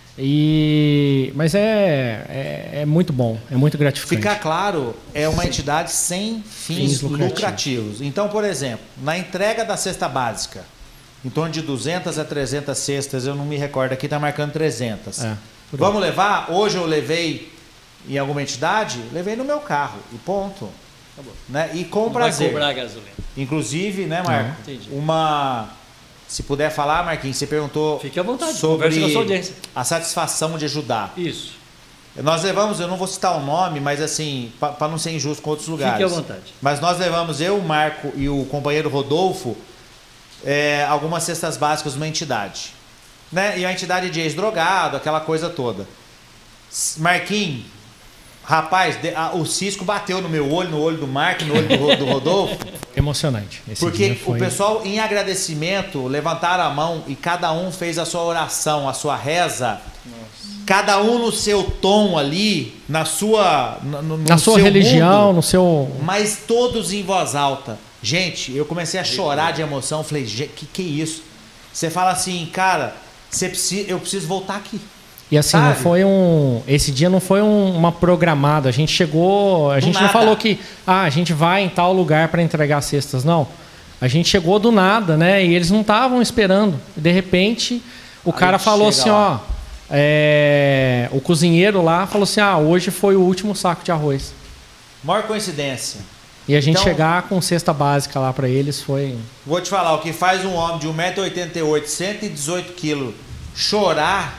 Speaker 3: E mas é, é, é muito bom, é muito gratificante.
Speaker 2: Ficar claro, é uma entidade sem fins,
Speaker 3: Fins lucrativos.
Speaker 2: lucrativos. Então, por exemplo, na entrega da cesta básica, em torno de duzentas a trezentas cestas, eu não me recordo, aqui está marcando trezentas.
Speaker 3: É, por
Speaker 2: Vamos levar? Hoje eu levei em alguma entidade, levei no meu carro e ponto. Acabou. Né? E com
Speaker 1: Não
Speaker 2: prazer.
Speaker 1: Vai cobrar gasolina.
Speaker 2: Inclusive, né, Marco?
Speaker 1: Entendi.
Speaker 2: Uma... Se puder falar, Marquinhos, você perguntou
Speaker 1: Fique à vontade,
Speaker 2: sobre
Speaker 1: converse com a sua audiência.
Speaker 2: A satisfação de ajudar.
Speaker 1: Isso.
Speaker 2: Nós levamos, eu não vou citar o nome, mas assim, para não ser injusto com outros lugares.
Speaker 1: Fique à vontade.
Speaker 2: Mas nós levamos, eu, o Marco e o companheiro Rodolfo, é, algumas cestas básicas numa entidade. Né? E a entidade de ex-drogado, aquela coisa toda. Marquinhos, rapaz, de, a, o cisco bateu no meu olho, no olho do Marco, no olho do, do Rodolfo.
Speaker 3: Emocionante. Esse
Speaker 2: porque
Speaker 3: dia foi...
Speaker 2: o pessoal, em agradecimento, levantaram a mão e cada um fez a sua oração, a sua reza. Nossa. Cada um no seu tom ali, na sua no, no
Speaker 3: na sua
Speaker 2: seu
Speaker 3: religião,
Speaker 2: mundo,
Speaker 3: no seu...
Speaker 2: mas todos em voz alta. Gente, eu comecei a chorar de emoção. Falei, que que é isso? Você fala assim, cara, você precisa, eu preciso voltar aqui.
Speaker 3: E assim,
Speaker 2: sabe?
Speaker 3: Não foi um... Esse dia não foi um, uma programada. A gente chegou... A
Speaker 2: Do
Speaker 3: gente
Speaker 2: nada.
Speaker 3: não falou que ah, a gente vai em tal lugar para entregar cestas. Não. A gente chegou do nada, né? E eles não estavam esperando. De repente, o Aí cara falou assim, lá. ó... É, o cozinheiro lá falou assim, ah, hoje foi o último saco de arroz.
Speaker 2: Maior coincidência.
Speaker 3: E a gente
Speaker 2: então,
Speaker 3: chegar com cesta básica lá para eles foi...
Speaker 2: Vou te falar, o que faz um homem de um metro e oitenta e oito, cento e dezoito quilos chorar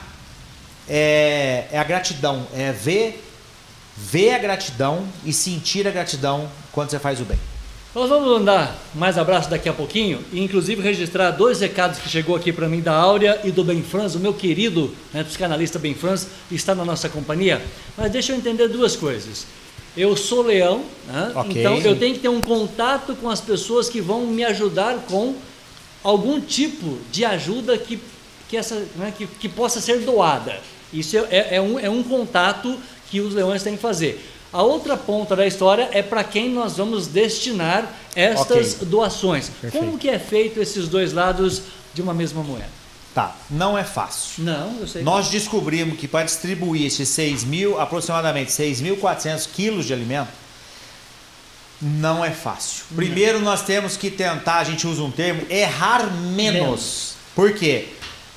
Speaker 2: é, é a gratidão. É ver, ver a gratidão e sentir a gratidão quando você faz o bem.
Speaker 1: Nós vamos mandar mais abraços daqui a pouquinho e inclusive registrar dois recados que chegou aqui para mim da Áurea e do Benfrans, o meu querido né, psicanalista Benfrans está na nossa companhia. Mas deixa eu entender duas coisas. Eu sou leão, né? Okay. Então eu tenho que ter um contato com as pessoas que vão me ajudar com algum tipo de ajuda que, que, essa, né, que, que possa ser doada. Isso é, é, um, é um contato que os leões têm que fazer. A outra ponta da história é para quem nós vamos destinar estas okay. doações. Perfeito. Como que é feito esses dois lados de uma mesma moeda?
Speaker 2: Tá, não é fácil.
Speaker 1: Não, eu sei.
Speaker 2: Nós descobrimos que para distribuir esses seis mil, aproximadamente seis mil e quatrocentos quilos de alimento, não é fácil. Não. Primeiro nós temos que tentar, a gente usa um termo, errar menos. menos. Por quê?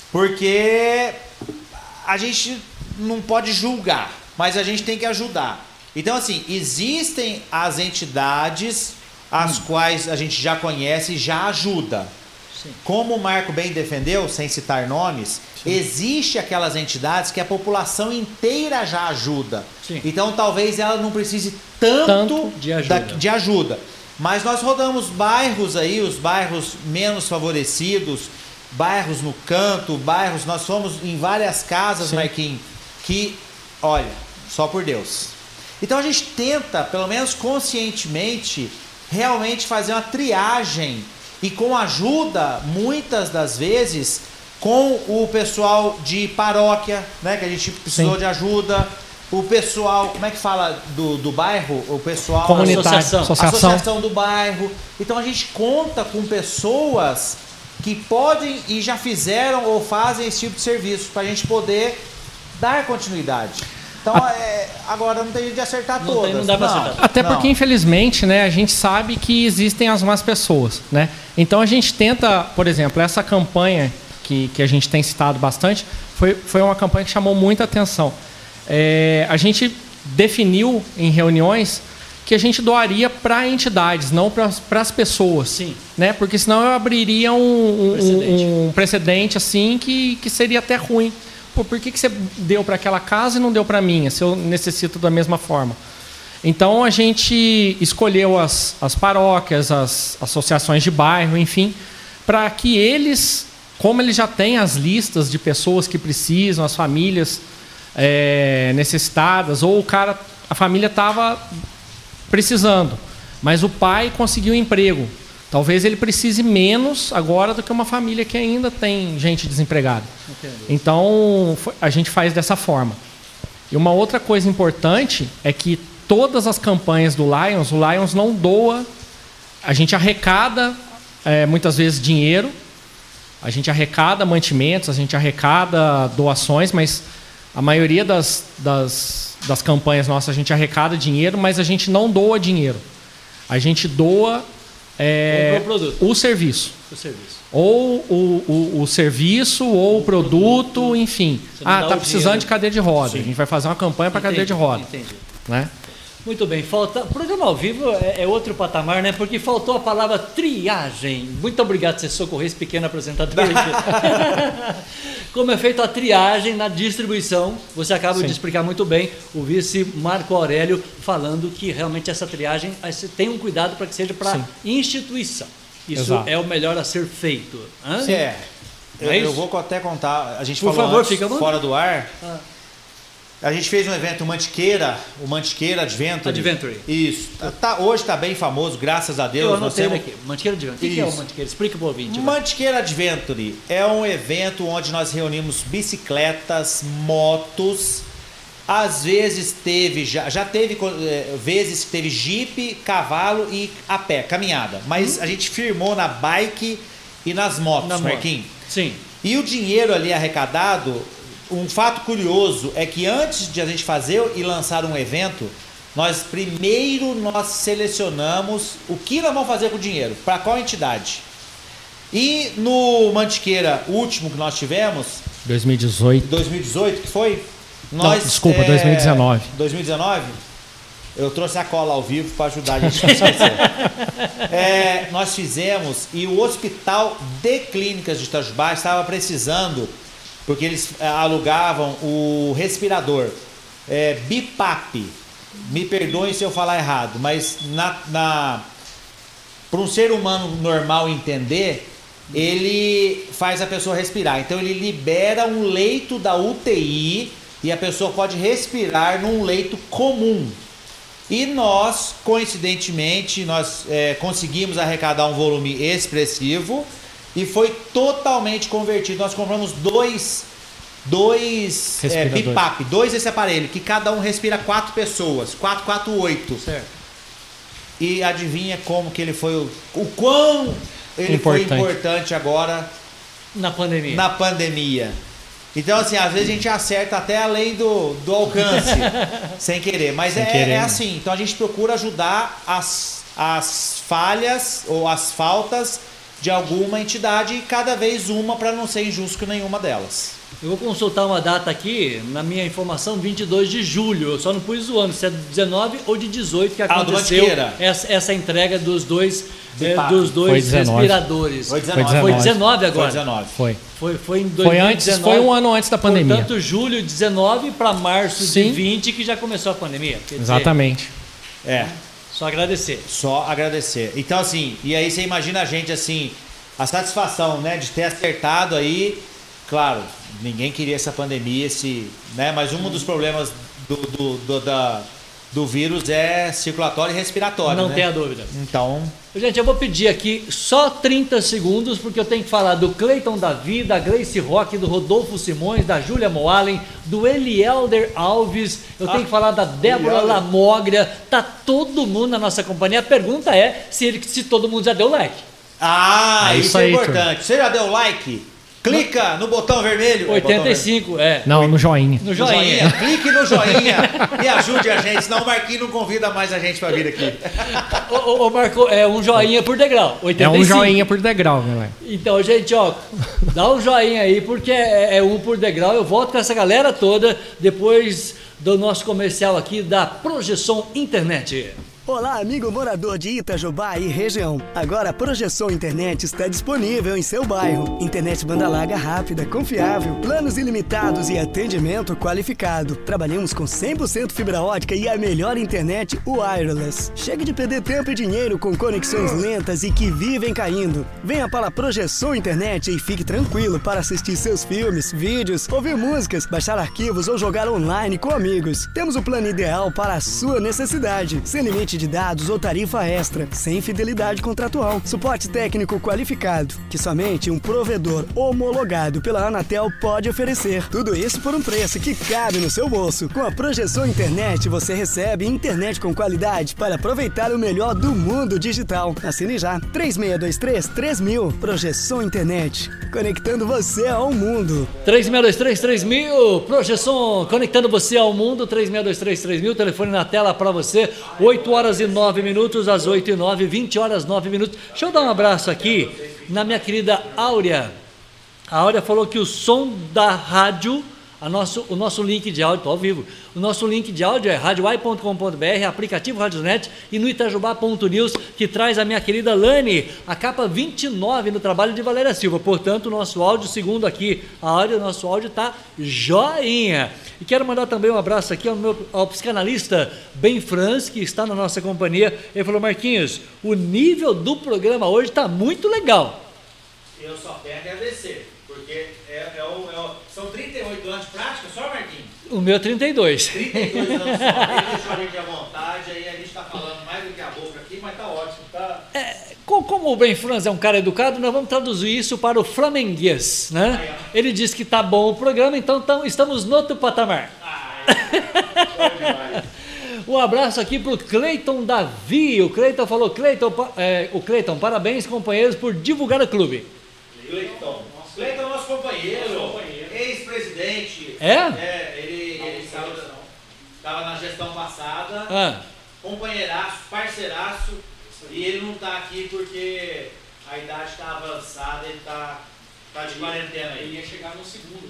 Speaker 2: Porque a gente não pode julgar, mas a gente tem que ajudar. Então, assim, existem as entidades as hum. quais a gente já conhece e já ajuda. Sim. Como o Marco bem defendeu, sem citar nomes, Sim. existe aquelas entidades que a população inteira já ajuda. Sim. Então, talvez ela não precise tanto, tanto de, ajuda. Da, de ajuda. Mas nós rodamos bairros aí, os bairros menos favorecidos, bairros no canto, bairros... Nós fomos em várias casas, Sim. Marquinhos, que, olha, só por Deus... Então a gente tenta, pelo menos conscientemente, realmente fazer uma triagem e com ajuda, muitas das vezes, com o pessoal de paróquia, né, que a gente precisou Sim. de ajuda, o pessoal, como é que fala do, do bairro? O pessoal...
Speaker 3: Comunitário.
Speaker 2: Associação.
Speaker 3: Associação.
Speaker 2: Associação do bairro. Então a gente conta com pessoas que podem e já fizeram ou fazem esse tipo de serviço para a gente poder dar continuidade. Então, é, agora não tem jeito de acertar
Speaker 1: não
Speaker 2: todas.
Speaker 1: Tem, não dá pra acertar.
Speaker 3: Até
Speaker 2: não.
Speaker 3: porque, infelizmente, né, a gente sabe que existem as más pessoas, né? Então, a gente tenta, por exemplo, essa campanha que, que a gente tem citado bastante, foi, foi uma campanha que chamou muita atenção. É, a gente definiu em reuniões que a gente doaria para entidades, não para as pessoas.
Speaker 1: Sim.
Speaker 3: Né? Porque senão eu abriria um, um, precedente. um, um precedente assim que, que seria até ruim. Pô, por que, que você deu para aquela casa e não deu para mim, se eu necessito da mesma forma? Então, a gente escolheu as, as paróquias, as associações de bairro, enfim, para que eles, como eles já têm as listas de pessoas que precisam, as famílias é, necessitadas, ou o cara, a família estava precisando, mas o pai conseguiu um emprego. Talvez ele precise menos agora do que uma família que ainda tem gente desempregada. Entendi. Então, a gente faz dessa forma. E uma outra coisa importante é que todas as campanhas do Lions, o Lions não doa, a gente arrecada é, muitas vezes dinheiro, a gente arrecada mantimentos, a gente arrecada doações, mas a maioria das, das, das campanhas nossas a gente arrecada dinheiro, mas a gente não doa dinheiro. A gente doa... É, o, o serviço.
Speaker 1: O serviço.
Speaker 3: Ou o, o, o serviço, ou o produto, produto, enfim. Ah, tá precisando dinheiro. de cadeira de roda. Sim. A gente vai fazer uma campanha para cadeira de roda. Entendi. Né?
Speaker 1: Muito bem, falta. O programa ao vivo é, é outro patamar, né? Porque faltou a palavra triagem. Muito obrigado por você socorrer esse pequeno apresentador aqui. Como é feita a triagem na distribuição, você acaba Sim. de explicar muito bem, o vice Marco Aurélio falando que realmente essa triagem tem um cuidado para que seja para instituição. Isso Exato. É o melhor a ser feito. Hã?
Speaker 2: Sim, é. Eu, eu vou até contar, a gente
Speaker 1: Por
Speaker 2: falou
Speaker 1: favor,
Speaker 2: antes,
Speaker 1: fica
Speaker 2: fora do ar.
Speaker 1: Ah.
Speaker 2: A gente fez um evento Mantiqueira, o Mantiqueira Adventure.
Speaker 1: Adventure.
Speaker 2: Isso. Tá, hoje está bem famoso, graças a Deus.
Speaker 1: Eu anotei
Speaker 2: temos...
Speaker 1: aqui. Mantiqueira Adventure. O que é o Mantiqueira? Explica para o ouvinte.
Speaker 2: Mantiqueira Adventure é um evento onde nós reunimos bicicletas, motos. Às vezes teve, já, já teve é, vezes que teve jipe, cavalo e a pé, caminhada. Mas hum. a gente firmou na bike e nas motos, na Marquinhos.
Speaker 1: Moto. Sim.
Speaker 2: E o dinheiro ali arrecadado... Um fato curioso é que antes de a gente fazer e lançar um evento, nós primeiro nós selecionamos o que nós vamos fazer com o dinheiro, para qual entidade. E no Mantiqueira último que nós tivemos,
Speaker 3: dois mil e dezoito.
Speaker 2: dois mil e dezoito que foi? Nós,
Speaker 3: Não, desculpa,
Speaker 2: é,
Speaker 3: dois mil e dezenove.
Speaker 2: dois mil e dezenove? Eu trouxe a cola ao vivo para ajudar a gente a esquecer. é, nós fizemos e o Hospital de Clínicas de Itajubá estava precisando, porque eles alugavam o respirador é, BiPAP. Me perdoem se eu falar errado, mas na, na, para um ser humano normal entender, ele faz a pessoa respirar. Então ele libera um leito da U T I e a pessoa pode respirar num leito comum. E nós, coincidentemente, nós é, conseguimos arrecadar um volume expressivo e foi totalmente convertido. Nós compramos dois, dois é, BiPAP, dois desse aparelho, que cada um respira quatro pessoas, quatro, quatro, oito.
Speaker 1: Certo.
Speaker 2: E adivinha como que ele foi, o, o quão ele importante. foi importante agora
Speaker 1: na pandemia.
Speaker 2: Na pandemia. Então, assim, às vezes a gente acerta até além do, do alcance, sem querer. Mas sem é, querer, é assim, então a gente procura ajudar as, as falhas ou as faltas de alguma entidade e cada vez uma para não ser injusto com nenhuma delas.
Speaker 1: Eu vou consultar uma data aqui, na minha informação, vinte e dois de julho. Eu só não pus o ano, se é dezenove ou de dezoito que aconteceu ah, essa, essa entrega dos dois, é, dos dois respiradores.
Speaker 2: Foi dezenove.
Speaker 1: Foi dezenove agora.
Speaker 2: Foi dezenove.
Speaker 3: Foi.
Speaker 1: Foi, foi em dois mil e dezenove.
Speaker 3: Foi, antes, foi um ano antes da pandemia.
Speaker 1: Portanto, julho de dezenove para março
Speaker 3: Sim.
Speaker 1: de vinte que já começou a pandemia. Quer
Speaker 3: Exatamente.
Speaker 2: Dizer, é.
Speaker 1: Só agradecer.
Speaker 2: Só agradecer. Então, assim, e aí você imagina a gente, assim, a satisfação, né, de ter acertado aí. Claro, ninguém queria essa pandemia, esse, né? Mas um dos problemas do, do, do, da, do vírus é circulatório e respiratório.
Speaker 1: Não
Speaker 2: né?
Speaker 1: tenha dúvida.
Speaker 2: Então.
Speaker 1: Gente, eu vou pedir aqui só trinta segundos, porque eu tenho que falar do Cleiton Davi, da Grace Roque, do Rodolfo Simões, da Júlia Moalen, do Elielder Alves, eu ah, tenho que falar da Débora Elielder. Lamogria, tá todo mundo na nossa companhia. A pergunta é se, ele, se todo mundo já deu like.
Speaker 2: Ah, é isso, isso é aí, importante. Turma. Você já deu like? Clica no botão vermelho.
Speaker 1: oitenta e cinco, é.
Speaker 3: Não, no joinha.
Speaker 1: No joinha.
Speaker 2: No joinha. Clique no joinha e ajude a gente, senão o Marquinhos não convida mais a gente para vir aqui.
Speaker 1: Ô, ô, ô Marco, é um joinha por degrau. oitenta e cinco.
Speaker 3: É um joinha por degrau, galera.
Speaker 1: Então, gente, ó, dá um joinha aí, porque é, é um por degrau. Eu volto com essa galera toda depois do nosso comercial aqui da Projeção Internet.
Speaker 4: Olá, amigo morador de Itajubá e região. Agora a Projeção Internet está disponível em seu bairro. Internet banda larga rápida, confiável, planos ilimitados e atendimento qualificado. Trabalhamos com cem por cento fibra ótica e a melhor internet wireless. Chegue de perder tempo e dinheiro com conexões lentas e que vivem caindo. Venha para a Projeção Internet e fique tranquilo para assistir seus filmes, vídeos, ouvir músicas, baixar arquivos ou jogar online com amigos. Temos o plano ideal para a sua necessidade, sem limite de dados ou tarifa extra, sem fidelidade contratual, suporte técnico qualificado, que somente um provedor homologado pela Anatel pode oferecer. Tudo isso por um preço que cabe no seu bolso. Com a Projeção Internet, você recebe internet com qualidade para aproveitar o melhor do mundo digital. Assine já. três seis dois três, três mil. Projeção Internet. Conectando você ao mundo.
Speaker 1: três seis dois três, três mil. Projeção conectando você ao mundo. três seis dois três, três mil. Telefone na tela para você. oito horas e nove minutos, às oito e nove, vinte horas, nove minutos. Deixa eu dar um abraço aqui na minha querida Áurea. A Áurea falou que o som da rádio A nosso, o nosso link de áudio, estou ao vivo, o nosso link de áudio é radiowai ponto com ponto br, aplicativo Radiosnet e no itajubá ponto news, que traz a minha querida Lani, a capa vinte e nove no trabalho de Valéria Silva. Portanto, o nosso áudio, segundo aqui a áudio, o nosso áudio está joinha. E quero mandar também um abraço aqui ao, meu, ao psicanalista Ben Franz, que está na nossa companhia. Ele falou: Marquinhos, o nível do programa hoje está muito legal.
Speaker 2: Eu só tenho a agradecer, porque é, é o, é o, são trinta e oito anos de prática, só, Marquinhos?
Speaker 1: O meu é trinta e dois.
Speaker 2: trinta e dois anos só, ele deixou a gente à vontade, aí a gente está falando mais do que a boca aqui, mas tá ótimo, tá?
Speaker 1: É, como o Ben Franz é um cara educado, nós vamos traduzir isso para o flamenguês, né?
Speaker 2: Aí,
Speaker 1: ele disse que tá bom o programa, então tam, estamos no outro patamar.
Speaker 2: Ah, é.
Speaker 1: Um abraço aqui para o Cleiton Davi. O Cleiton falou: Cleiton, é, o Cleiton, parabéns, companheiros, por divulgar o clube.
Speaker 2: Cleiton, Cleiton é nosso companheiro, ex-presidente.
Speaker 1: É?
Speaker 2: É, ele estava na gestão passada,
Speaker 1: Ah.
Speaker 2: companheiraço, parceiraço, e ele não está aqui porque a idade está avançada, ele está tá de quarentena aí.
Speaker 3: Ele ia chegar no segundo.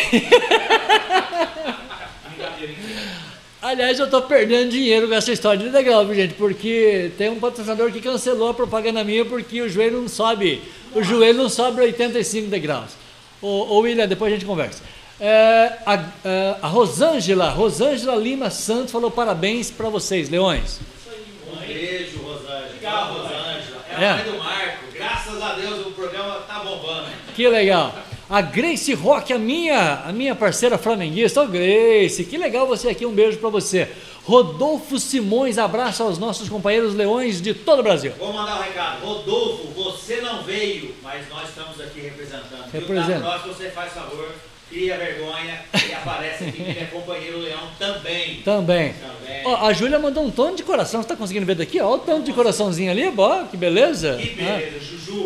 Speaker 1: Aliás, eu estou perdendo dinheiro com essa história de degrau, viu, gente? Porque tem um patrocinador que cancelou a propaganda minha porque o joelho não sobe, o joelho não sobe oitenta e cinco degraus. Ô, ô William, depois a gente conversa. É, a, a, a Rosângela, Rosângela Lima Santos falou: parabéns para vocês, Leões.
Speaker 2: Um beijo, Rosângela. Obrigado, Rosângela. É a
Speaker 1: É.
Speaker 2: mãe do Marco. Graças a Deus o programa tá bombando.
Speaker 1: Que legal. A Grace Roque, a minha, a minha parceira flamenguista. Ô Grace, que legal você aqui, um beijo para você. Rodolfo Simões, abraço aos nossos companheiros leões de todo o Brasil.
Speaker 2: Vou mandar um recado. Rodolfo, você não veio, mas nós estamos aqui representando.
Speaker 1: Representa.
Speaker 2: E o próximo você faz favor, cria vergonha e aparece aqui que ele é companheiro leão também.
Speaker 1: Também.
Speaker 2: Também.
Speaker 1: Ó, a Júlia mandou um tom de coração, você está conseguindo ver daqui? Olha o tom de coraçãozinho ali, ó, que beleza.
Speaker 2: Que beleza, Juju.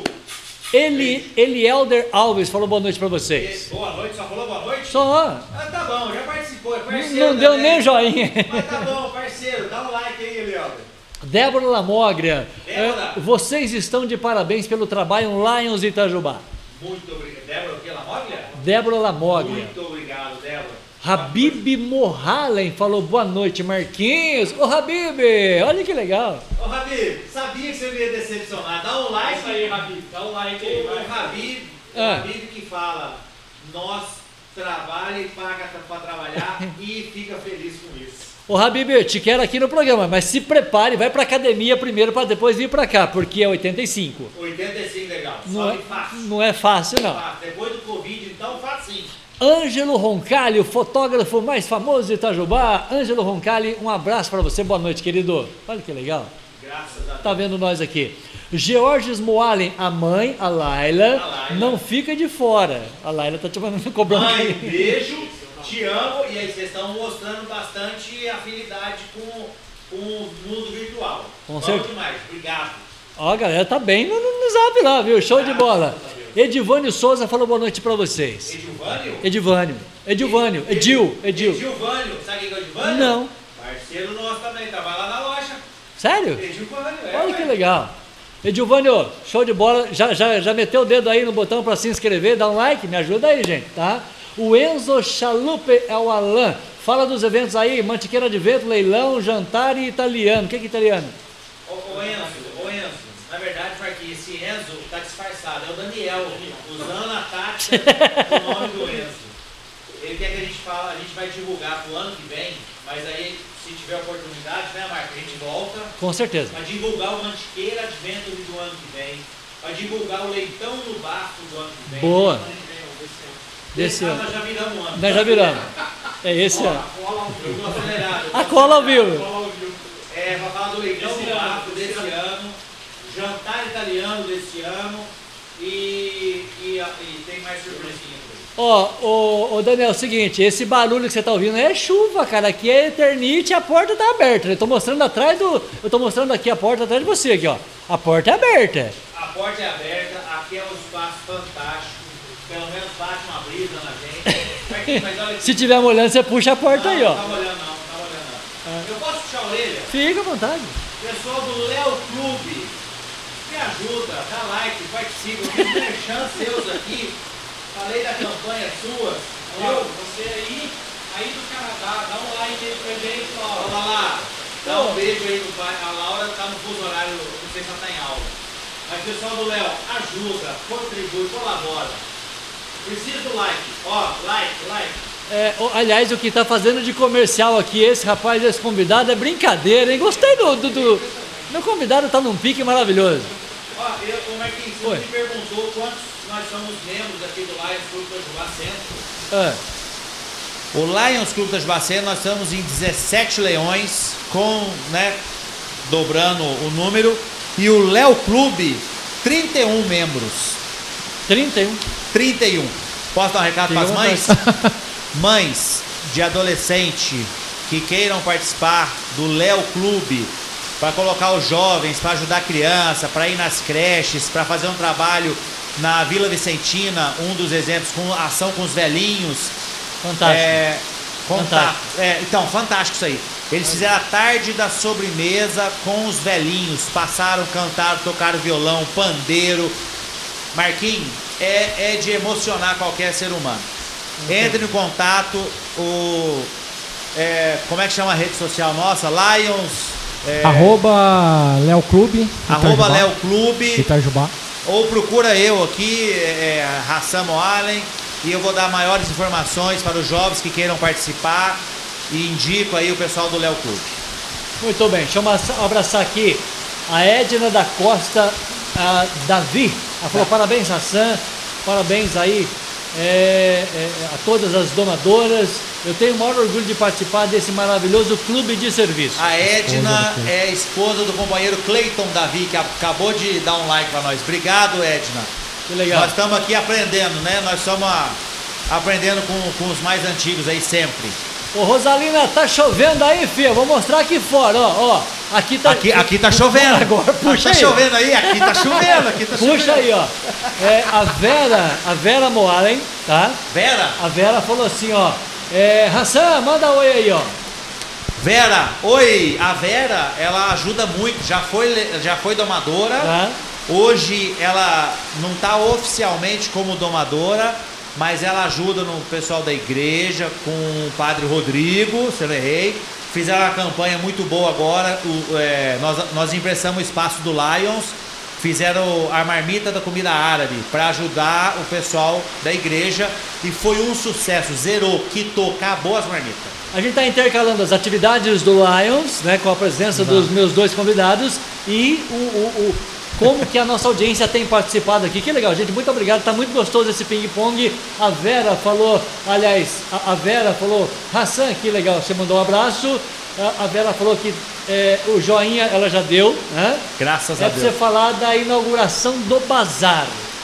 Speaker 1: Ele, Elielder Alves falou boa noite para vocês.
Speaker 2: Boa noite, só falou boa noite?
Speaker 1: Só,
Speaker 2: Ah, tá bom, já participou, é parceiro.
Speaker 1: não deu
Speaker 2: também.
Speaker 1: nem joinha.
Speaker 2: Mas tá bom, parceiro, dá um like aí, Elielder.
Speaker 1: Débora Lamogria,
Speaker 2: Débora.
Speaker 1: é, vocês estão de parabéns pelo trabalho Lions Itajubá.
Speaker 2: Muito obrigado. Débora, o que? Lamoglia?
Speaker 1: Débora Lamogria.
Speaker 2: Muito obrigado, Débora.
Speaker 1: Habib Mohalen falou boa noite, Marquinhos. Ô Habib, olha que legal.
Speaker 2: Ô, Habib, sabia que você me ia decepcionar. Dá um like.
Speaker 3: Isso aí, Habib. Dá um like aí,
Speaker 2: O
Speaker 3: vai.
Speaker 2: Habib, o
Speaker 1: Ah.
Speaker 2: Habib que fala, nós trabalha e paga para trabalhar e fica feliz com isso.
Speaker 1: Ô Habib, eu te quero aqui no programa, mas se prepare, vai pra academia primeiro para depois vir pra cá, porque é oitenta e cinco.
Speaker 2: oitenta e cinco legal,
Speaker 1: Não é,
Speaker 2: sobe fácil.
Speaker 1: não é fácil, não.
Speaker 2: Fácil. Depois do Covid, então, facinho.
Speaker 1: Ângelo Roncalli, o fotógrafo mais famoso de Itajubá. Ângelo Roncalli, um abraço para você, boa noite, querido. Olha que legal,
Speaker 2: Graças a Deus.
Speaker 1: tá vendo nós aqui. Georges Moalen, a mãe, a Laila,
Speaker 2: A Laila.
Speaker 1: não fica de fora. A Laila tá te mandando cobrando
Speaker 2: Mãe,
Speaker 1: aqui.
Speaker 2: beijo, te amo. E aí vocês estão mostrando bastante afinidade com, com o mundo virtual.
Speaker 1: Com
Speaker 2: Bom
Speaker 1: certeza.
Speaker 2: demais, obrigado.
Speaker 1: Ó, a galera tá bem no, no, no zap lá, viu? Show de bola. Edivânio Souza falou boa noite para vocês.
Speaker 2: Edilvânio?
Speaker 1: Edivânio, Edivânio, Edil, Edil.
Speaker 2: Edilvânio, sabe quem é o Edilvânio?
Speaker 1: Não,
Speaker 2: Parceiro nosso também, trabalha lá na loja.
Speaker 1: sério?
Speaker 2: Edilvânio, é.
Speaker 1: Olha que
Speaker 2: ué.
Speaker 1: legal. Edilvânio, show de bola. Já, já, já meteu o dedo aí no botão para se inscrever, dá um like, me ajuda aí, gente, tá? O Enzo Chalupe é o Alan. Fala dos eventos aí, Mantiqueira de Vento, leilão, jantar e italiano. O que é, que é italiano?
Speaker 2: Ô, ô Enzo, ô Enzo, na verdade, Marquinhos, esse Enzo tá disfarçado, é o Daniel, usando a tática do nome do Enzo. Ele quer que a gente fale, a gente vai divulgar pro ano que vem, mas aí, se tiver oportunidade, né, Marco, a gente volta
Speaker 1: Com certeza.
Speaker 2: para divulgar o Mantiqueira Adventure do ano que vem, para divulgar o Leitão no Bafo do ano que vem.
Speaker 1: Boa.
Speaker 2: Desse
Speaker 1: Desse
Speaker 2: ano
Speaker 1: ano.
Speaker 2: nós já viramos um ano.
Speaker 1: Nós já viramos. É esse ano.
Speaker 2: Eu tô acelerado. eu tô
Speaker 1: A cola ao vivo.
Speaker 2: É, vai falar do leitão
Speaker 3: Desse
Speaker 2: do
Speaker 3: ano,
Speaker 2: Bafo
Speaker 3: desse
Speaker 2: desse ano, jantar italiano desse ano e, e, e tem mais surpresinha por aí.
Speaker 1: Ó, ô, ô Daniel, é o seguinte, esse barulho que você tá ouvindo é chuva, cara. Aqui é Eternite e a porta tá aberta. Eu tô mostrando atrás do. Eu tô mostrando aqui a porta atrás de você aqui, ó. A porta é aberta.
Speaker 2: A porta é aberta, aqui é um espaço fantástico, pelo menos bate uma brisa na gente. Mas, mas olha aqui.
Speaker 1: Se tiver molhando, você puxa a porta aí,
Speaker 2: Não,
Speaker 1: ó.
Speaker 2: não tá olhando não, não tá olhando não. Eu posso puxar a orelha?
Speaker 1: Fica à vontade.
Speaker 2: Pessoal do Léo Clube, me ajuda, dá like, participa, eu fiz merchan seus aqui. falei da campanha sua.
Speaker 3: Viu? Você aí, aí do Canadá, dá um like aí pra gente, ó.
Speaker 2: Olha lá, dá um beijo aí no pai. A Laura tá no fuso horário, não sei se ela tá em aula. Mas pessoal do Léo, ajuda, contribui, colabora. Precisa do like, ó, like, like.
Speaker 1: É, aliás, o que está fazendo de comercial aqui, esse rapaz, esse convidado, é brincadeira, hein? Gostei do... do, do... Meu convidado está num pique maravilhoso.
Speaker 2: Ó, eu, o Marquinhos, você me perguntou quantos nós somos membros aqui do Lions Clube Itajubá Centro.
Speaker 1: É.
Speaker 2: O Lions Clube Itajubá Centro, nós estamos em dezessete leões, com, né, dobrando o número. E o Léo Clube, trinta e um membros.
Speaker 1: trinta e um?
Speaker 2: trinta e um. Posso dar um recado para as mães? Mães de adolescente que queiram participar do Léo Clube, para colocar os jovens, para ajudar a criança, para ir nas creches, para fazer um trabalho na Vila Vicentina, um dos exemplos, com ação com os velhinhos.
Speaker 1: Fantástico.
Speaker 2: É, contato.
Speaker 1: Fantástico.
Speaker 2: É, então, fantástico isso aí. Eles fizeram a tarde da sobremesa com os velhinhos, passaram, cantaram, tocaram violão, pandeiro. Marquinhos, é, é de emocionar qualquer ser humano. Entre em contato, o, é, como é que chama a rede social nossa? Lions... É,
Speaker 3: arroba Léo Clube
Speaker 2: arroba Léo Clube
Speaker 3: Itajubá.
Speaker 2: Ou procura eu aqui, é, Hassan Moalen, e eu vou dar maiores informações para os jovens que queiram participar e indico aí o pessoal do Léo Clube.
Speaker 1: Muito bem, deixa eu abraçar aqui a Edna da Costa, a Davi. Ela falou: parabéns, Hassan, parabéns aí é, é, a todas as donadoras. Eu tenho o maior orgulho de participar desse maravilhoso clube de serviço.
Speaker 2: A Edna é esposa do companheiro Cleiton Davi, que acabou de dar um like para nós. Obrigado, Edna.
Speaker 1: Que legal.
Speaker 2: Nós estamos aqui aprendendo, né? Nós estamos aprendendo com, com os mais antigos aí sempre.
Speaker 1: Ô, Rosalina, tá chovendo aí, filha? Vou mostrar aqui fora, ó, ó. Aqui tá,
Speaker 2: aqui, aqui tá chovendo.
Speaker 1: Agora, puxa
Speaker 2: tá
Speaker 1: aí.
Speaker 2: chovendo aí, aqui tá chovendo, aqui tá chovendo.
Speaker 1: Puxa aí, ó. É, a Vera, a Vera Moalen, tá?
Speaker 2: Vera?
Speaker 1: A Vera falou assim, ó. É, Hassan, manda oi aí, ó.
Speaker 2: Vera, oi. A Vera, ela ajuda muito, já foi, já foi domadora.
Speaker 1: Tá.
Speaker 2: Hoje ela não tá oficialmente como domadora, mas ela ajuda no pessoal da igreja, com o padre Rodrigo, se eu não errei. Fizeram uma campanha muito boa agora. O, é, nós, nós emprestamos o espaço do Lions, fizeram a marmita da comida árabe para ajudar o pessoal da igreja e foi um sucesso. Zerou, quitou, acabou as marmitas.
Speaker 1: A gente está intercalando as atividades do Lions, né, com a presença
Speaker 2: Não.
Speaker 1: dos meus dois convidados e o, o, o como que a nossa audiência tem participado aqui. Que legal, gente, muito obrigado, tá muito gostoso esse ping-pong. A Vera falou, aliás, a, a Vera falou: Hassan, que legal, você mandou um abraço. A, a Vera falou que é, o joinha ela já deu, né?
Speaker 2: Graças
Speaker 1: é
Speaker 2: a
Speaker 1: pra
Speaker 2: Deus.
Speaker 1: você falar da inauguração do bazar.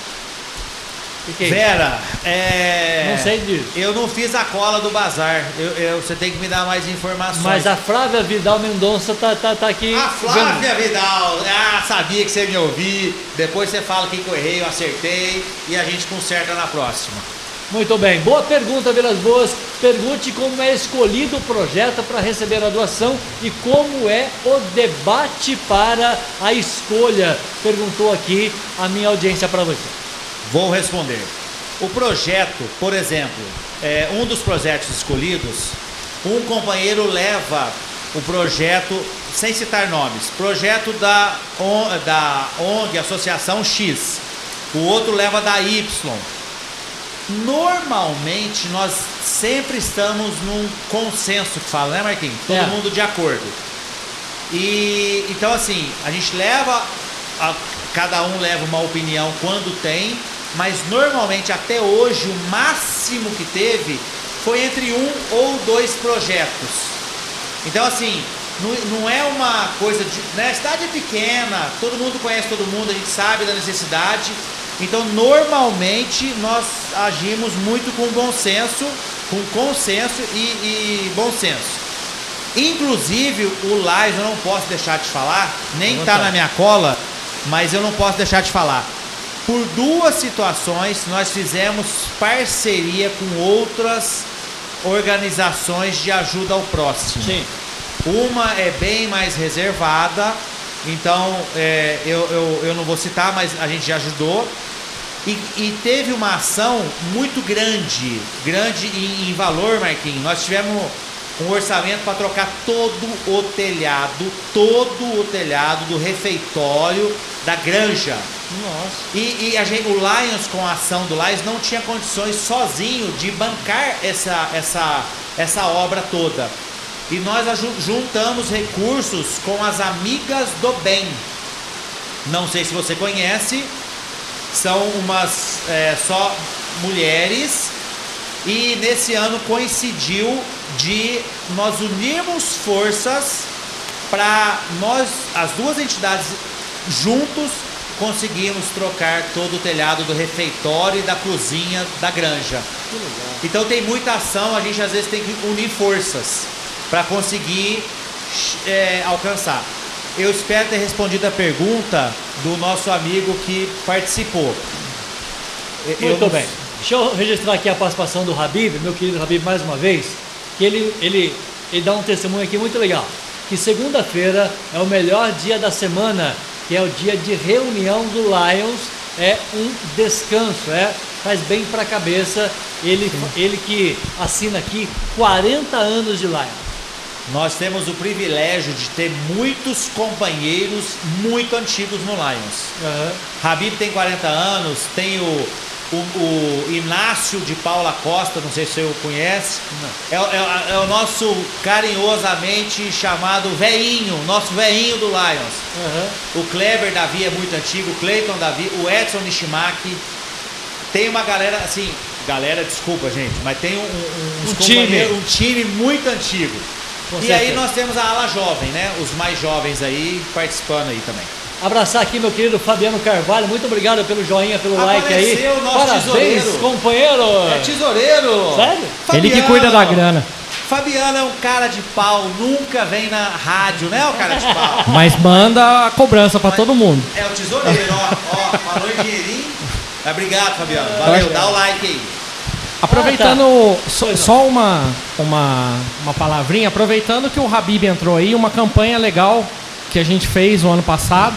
Speaker 1: Que que é isso?
Speaker 2: Vera, é...
Speaker 1: Não sei disso.
Speaker 2: Eu não fiz a cola do bazar. Eu, eu- você tem que me dar mais informações.
Speaker 1: Mas a Flávia Vidal Mendonça tá, tá, tá aqui.
Speaker 2: A
Speaker 1: vendo.
Speaker 2: Flávia Vidal, ah, sabia que você ia me ouvir. Depois você fala o que que eu errei, eu acertei e a gente conserta na próxima.
Speaker 1: Muito bem, boa pergunta, Vilas Boas. Pergunte como é escolhido o projeto para receber a doação e como é o debate para a escolha. Perguntou aqui a minha audiência para você.
Speaker 2: Vou responder. O projeto, por exemplo, é um dos projetos escolhidos, um companheiro leva o projeto, sem citar nomes, projeto da, O- da O N G, Associação X, o outro leva da Y. Normalmente nós sempre estamos num consenso que fala, né, Marquinhos? Todo
Speaker 1: É.
Speaker 2: mundo de acordo. E então assim, a gente leva, a- cada um leva uma opinião quando tem, mas normalmente até hoje o máximo que teve foi entre um ou dois projetos. Então assim, não, não é uma coisa de, né, a cidade é pequena, todo mundo conhece todo mundo, a gente sabe da necessidade. Então normalmente nós agimos muito com bom senso, com consenso e, e bom senso. Inclusive o Lions, eu não posso deixar de falar, nem está na minha cola, mas eu não posso deixar de falar. Por duas situações nós fizemos parceria com outras organizações de ajuda ao próximo.
Speaker 1: Sim.
Speaker 2: Uma é bem mais reservada, então é, eu, eu, eu não vou citar, mas a gente já ajudou. E, e teve uma ação muito grande, grande em, em valor, Marquinhos. Nós tivemos um orçamento para trocar todo o telhado, todo o telhado do refeitório da granja.
Speaker 1: Nossa.
Speaker 2: E, e a gente, o Lions, com a ação do Lions, não tinha condições sozinho de bancar essa, essa, essa obra toda. E nós juntamos recursos com as Amigas do Bem. Não sei se você conhece, são umas é, só mulheres. E nesse ano coincidiu de nós unirmos forças para nós, as duas entidades juntos, conseguimos trocar todo o telhado do refeitório e da cozinha da granja. Então tem muita ação, a gente às vezes tem que unir forças para conseguir é, alcançar. Eu espero ter respondido a pergunta do nosso amigo que participou.
Speaker 1: Muito eu... bem. Deixa eu registrar aqui a participação do Habib, meu querido Habib, mais uma vez, que ele, ele, ele dá um testemunho aqui muito legal, que segunda-feira é o melhor dia da semana, que é o dia de reunião do Lions, é um descanso, é, faz bem para a cabeça, ele, ele que assina aqui quarenta anos de Lions.
Speaker 2: Nós temos o privilégio de ter muitos companheiros muito antigos no Lions. Uhum. Habib tem quarenta anos, tem o, o, o Inácio de Paula Costa, não sei se você o conhece. É, é, é o nosso carinhosamente chamado veinho, nosso veinho do Lions. Uhum. O Kleber Davi é muito antigo, o Cleiton Davi, o Edson Nishimaki. Tem uma galera, assim, galera, desculpa gente, mas tem um, um,
Speaker 1: um, time.
Speaker 2: um time muito antigo. Com e certeza. Aí nós temos a ala jovem, né? Os mais jovens aí participando aí também.
Speaker 1: Abraçar aqui meu querido Fabiano Carvalho, muito obrigado pelo joinha, pelo
Speaker 2: Apareceu
Speaker 1: like aí.
Speaker 2: O nosso
Speaker 1: Parabéns,
Speaker 2: tesoureiro.
Speaker 1: Companheiro.
Speaker 2: É tesoureiro.
Speaker 1: Sério?
Speaker 3: Fabiano. Ele que cuida da grana.
Speaker 2: Fabiano é um cara de pau, nunca vem na rádio, né, o cara de pau?
Speaker 3: Mas manda a cobrança pra Mas todo mundo.
Speaker 2: É o tesoureiro, ó, ó, falou em dinheirinho. Obrigado, Fabiano. Valeu, dá o like aí.
Speaker 3: Aproveitando, ah, tá. só, só uma, uma, uma palavrinha, aproveitando que o Habib entrou aí, uma campanha legal que a gente fez o ano passado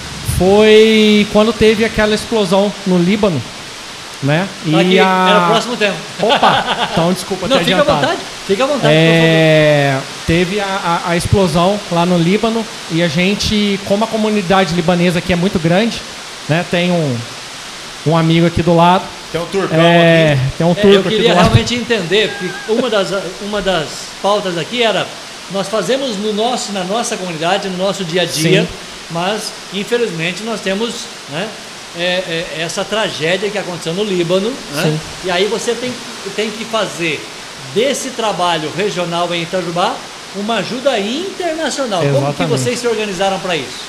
Speaker 3: foi quando teve aquela explosão no Líbano, né?
Speaker 1: E aqui, a... era o próximo tempo.
Speaker 3: Opa, então desculpa
Speaker 1: Não,
Speaker 3: ter
Speaker 1: fica
Speaker 3: adiantado.
Speaker 1: à vontade, fica à vontade.
Speaker 3: É, teve a, a, a explosão lá no Líbano e a gente, como a comunidade libanesa aqui é muito grande, né? Tem um, um amigo aqui do lado.
Speaker 2: Tem um turcão
Speaker 3: é,
Speaker 2: aqui.
Speaker 3: Tem um turco
Speaker 1: é, eu queria
Speaker 3: aqui
Speaker 1: realmente entender, porque uma das, uma das pautas aqui era, nós fazemos no nosso, na nossa comunidade, no nosso dia a dia, Sim. mas infelizmente nós temos, né, é, é, essa tragédia que aconteceu no Líbano, né? E aí você tem, tem que fazer desse trabalho regional em Itajubá uma ajuda internacional. Exatamente. Como que vocês se organizaram para isso?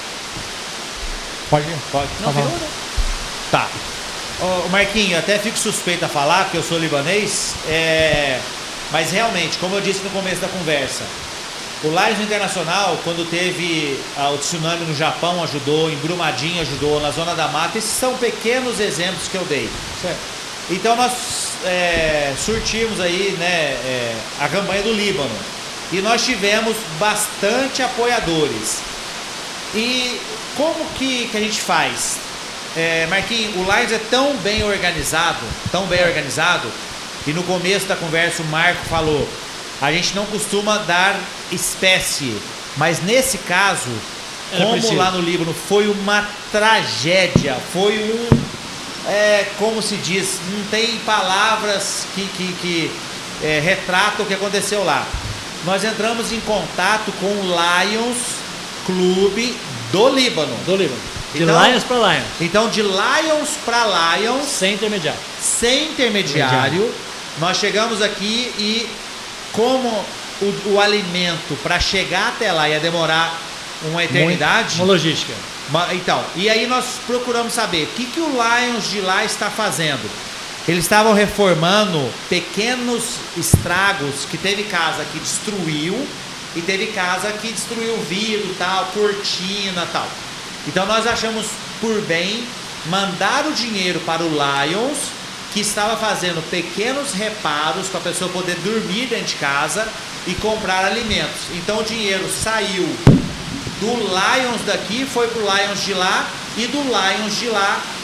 Speaker 3: Pode ir.
Speaker 2: Pode.
Speaker 1: Não,
Speaker 2: tá. Tá. Ô, Marquinho, até fico suspeito a falar, porque eu sou libanês, é... mas realmente, como eu disse no começo da conversa, o Lions Internacional, quando teve ah, o tsunami no Japão, ajudou, em Brumadinho ajudou, na Zona da Mata, esses são pequenos exemplos que eu dei. Certo. Então nós é, surtimos aí, né, é, a campanha do Líbano, e nós tivemos bastante apoiadores. E como que, que a gente faz? É, Marquinhos, o Lions é tão bem organizado, tão bem organizado, e no começo da conversa o Marco falou, a gente não costuma dar espécie, mas nesse caso, Era como preciso. Lá no Líbano, foi uma tragédia, foi um, é, como se diz, não tem palavras que, que, que é, retratam o que aconteceu lá. Nós entramos em contato com o Lions Clube do Líbano.
Speaker 1: Do Líbano. De
Speaker 2: então,
Speaker 1: Lions para Lions.
Speaker 2: Então, de Lions para Lions.
Speaker 1: Sem intermediário.
Speaker 2: Sem intermediário. intermediário. Nós chegamos aqui e, como o, o alimento para chegar até lá ia demorar uma eternidade.
Speaker 1: Uma logística.
Speaker 2: Então, e aí nós procuramos saber o que, que o Lions de lá está fazendo. Eles estavam reformando pequenos estragos, que teve casa que destruiu e teve casa que destruiu vidro, tal, cortina, tal. Então nós achamos por bem mandar o dinheiro para o Lions, que estava fazendo pequenos reparos para a pessoa poder dormir dentro de casa e comprar alimentos. Então o dinheiro saiu do Lions daqui, foi para o Lions de lá, e do Lions de lá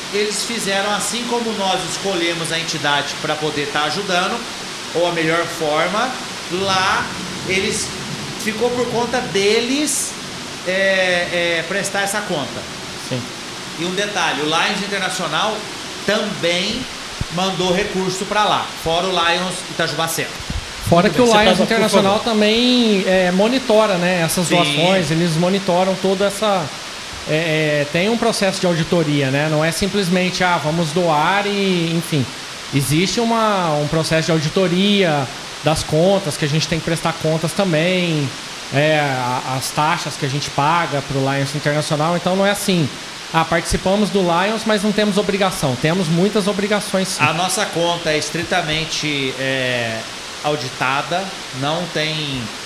Speaker 2: eles fizeram assim como nós escolhemos a entidade para poder estar tá ajudando, ou a melhor forma, lá eles ficou por conta deles é, é, prestar essa conta.
Speaker 3: Sim.
Speaker 2: E um detalhe, o Lions Internacional também mandou recurso para lá, fora o Lions Itajubá Centro.
Speaker 3: Fora que o Lions
Speaker 1: tava,
Speaker 3: Internacional também é, monitora, né, essas
Speaker 2: Sim.
Speaker 3: doações, eles monitoram toda essa... É, é, tem um processo de auditoria, né? Não é simplesmente, ah, vamos doar e, enfim. Existe uma, um processo de auditoria das contas, que a gente tem que prestar contas também, é, as taxas que a gente paga para o Lions Internacional. Então não é assim, ah, participamos do Lions, mas não temos obrigação. Temos muitas obrigações, sim.
Speaker 2: A nossa conta é estritamente é, auditada, não tem...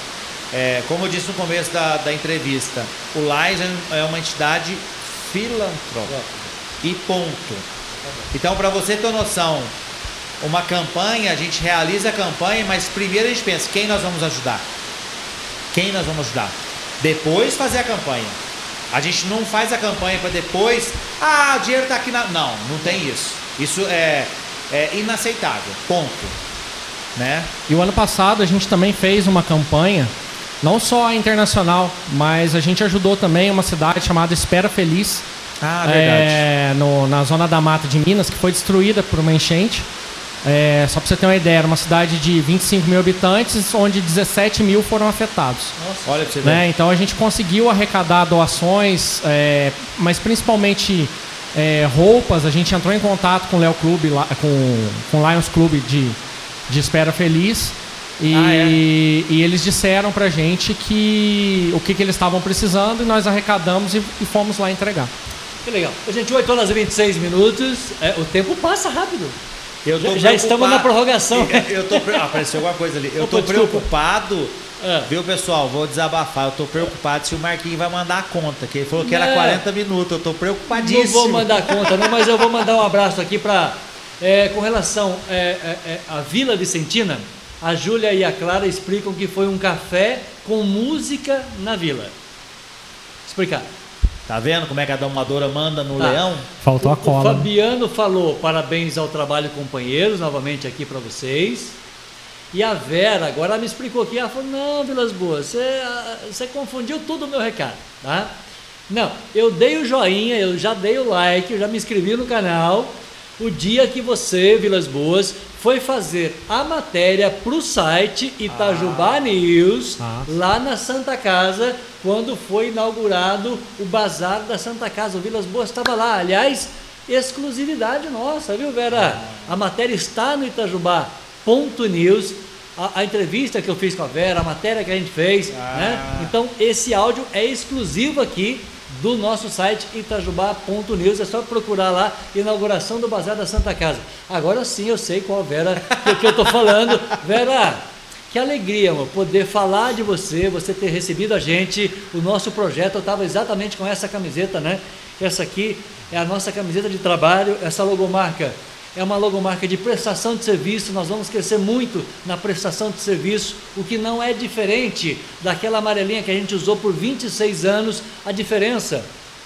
Speaker 2: É, como eu disse no começo da, da entrevista, o Lions é uma entidade filantrópica e ponto. Então, para você ter noção, uma campanha, a gente realiza a campanha, mas primeiro a gente pensa, quem nós vamos ajudar? Quem nós vamos ajudar? Depois fazer a campanha. A gente não faz a campanha para depois, ah, o dinheiro está aqui na... Não, não tem isso. Isso é, é inaceitável, ponto. Né?
Speaker 3: E o ano passado a gente também fez uma campanha, não só a internacional, mas a gente ajudou também uma cidade chamada Espera Feliz,
Speaker 2: ah, verdade.
Speaker 3: É, no, na zona da mata de Minas, que foi destruída por uma enchente. É, só para você ter uma ideia, era uma cidade de vinte e cinco mil habitantes, onde dezessete mil foram afetados.
Speaker 2: Nossa. Olha pra você ver.
Speaker 3: Né? Então a gente conseguiu arrecadar doações, é, mas principalmente é, roupas. A gente entrou em contato com o Léo Clube, com, com o Lions Clube de, de Espera Feliz. E, ah, é? e eles disseram pra gente que o que, que eles estavam precisando, e nós arrecadamos e, e fomos lá entregar.
Speaker 1: Que legal. Gente, oito horas e vinte e seis minutos. É, o tempo passa rápido.
Speaker 2: Eu tô
Speaker 1: já, já estamos na prorrogação.
Speaker 2: Eu, eu tô, ah, apareceu alguma coisa ali. Eu tô
Speaker 1: Opa,
Speaker 2: preocupado,
Speaker 1: é.
Speaker 2: viu, pessoal? Vou desabafar. Eu tô preocupado se o Marquinhos vai mandar a conta, que ele falou que era
Speaker 1: não,
Speaker 2: quarenta minutos. Eu tô preocupadíssimo.
Speaker 1: Não vou mandar a conta, não, mas eu vou mandar um abraço aqui para é, com relação à é, é, é, Vila Vicentina. A Júlia e a Clara explicam que foi um café com música na vila. Explicar.
Speaker 2: Tá vendo como é que a domadora manda no
Speaker 1: tá.
Speaker 2: leão?
Speaker 3: Faltou
Speaker 1: o,
Speaker 3: a cola.
Speaker 1: O Fabiano falou parabéns ao trabalho, companheiros, novamente aqui para vocês. E a Vera agora me explicou aqui, ela falou, não, Vilas Boas, você, você confundiu tudo o meu recado, tá? Não, eu dei o joinha, eu já dei o like, eu já me inscrevi no canal. O dia que você, Vilas Boas, foi fazer a matéria para o site Itajubá ah. News, ah. lá na Santa Casa, quando foi inaugurado o Bazar da Santa Casa. O Vilas Boas estava lá, aliás, exclusividade nossa, viu, Vera? Ah. A matéria está no Itajubá ponto news, a, a entrevista que eu fiz com a Vera, a matéria que a gente fez, ah. né? Então, esse áudio é exclusivo aqui do nosso site Itajubá ponto news, é só procurar lá, inauguração do Bazar da Santa Casa. Agora sim eu sei qual Vera que, que eu estou falando. Vera, que alegria, amor, poder falar de você, você ter recebido a gente, o nosso projeto. Eu estava exatamente com essa camiseta, né? Essa aqui é a nossa camiseta de trabalho, essa logomarca é uma logomarca de prestação de serviço. Nós vamos crescer muito na prestação de serviço, o que não é diferente daquela amarelinha que a gente usou por vinte e seis anos. A diferença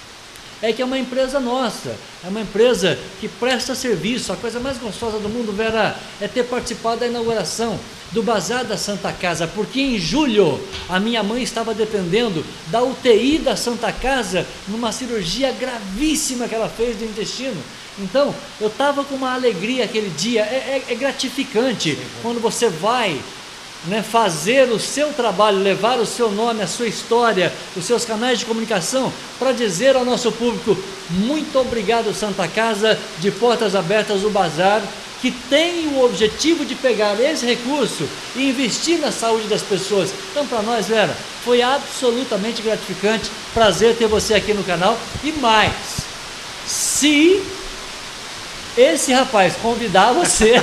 Speaker 1: é que é uma empresa nossa, é uma empresa que presta serviço. A coisa mais gostosa do mundo, Vera, é ter participado da inauguração do Bazar da Santa Casa, porque em julho a minha mãe estava dependendo da U T I da Santa Casa, numa cirurgia gravíssima que ela fez do intestino. Então, eu estava com uma alegria aquele dia. É, é, é gratificante. Sim, quando você vai, né, fazer o seu trabalho, levar o seu nome, a sua história, os seus canais de comunicação, para dizer ao nosso público, muito obrigado Santa Casa, de portas abertas o Bazar, que tem o objetivo de pegar esse recurso e investir na saúde das pessoas. Então, para nós, Vera, foi absolutamente gratificante. Prazer ter você aqui no canal. E mais, se esse rapaz convidar você,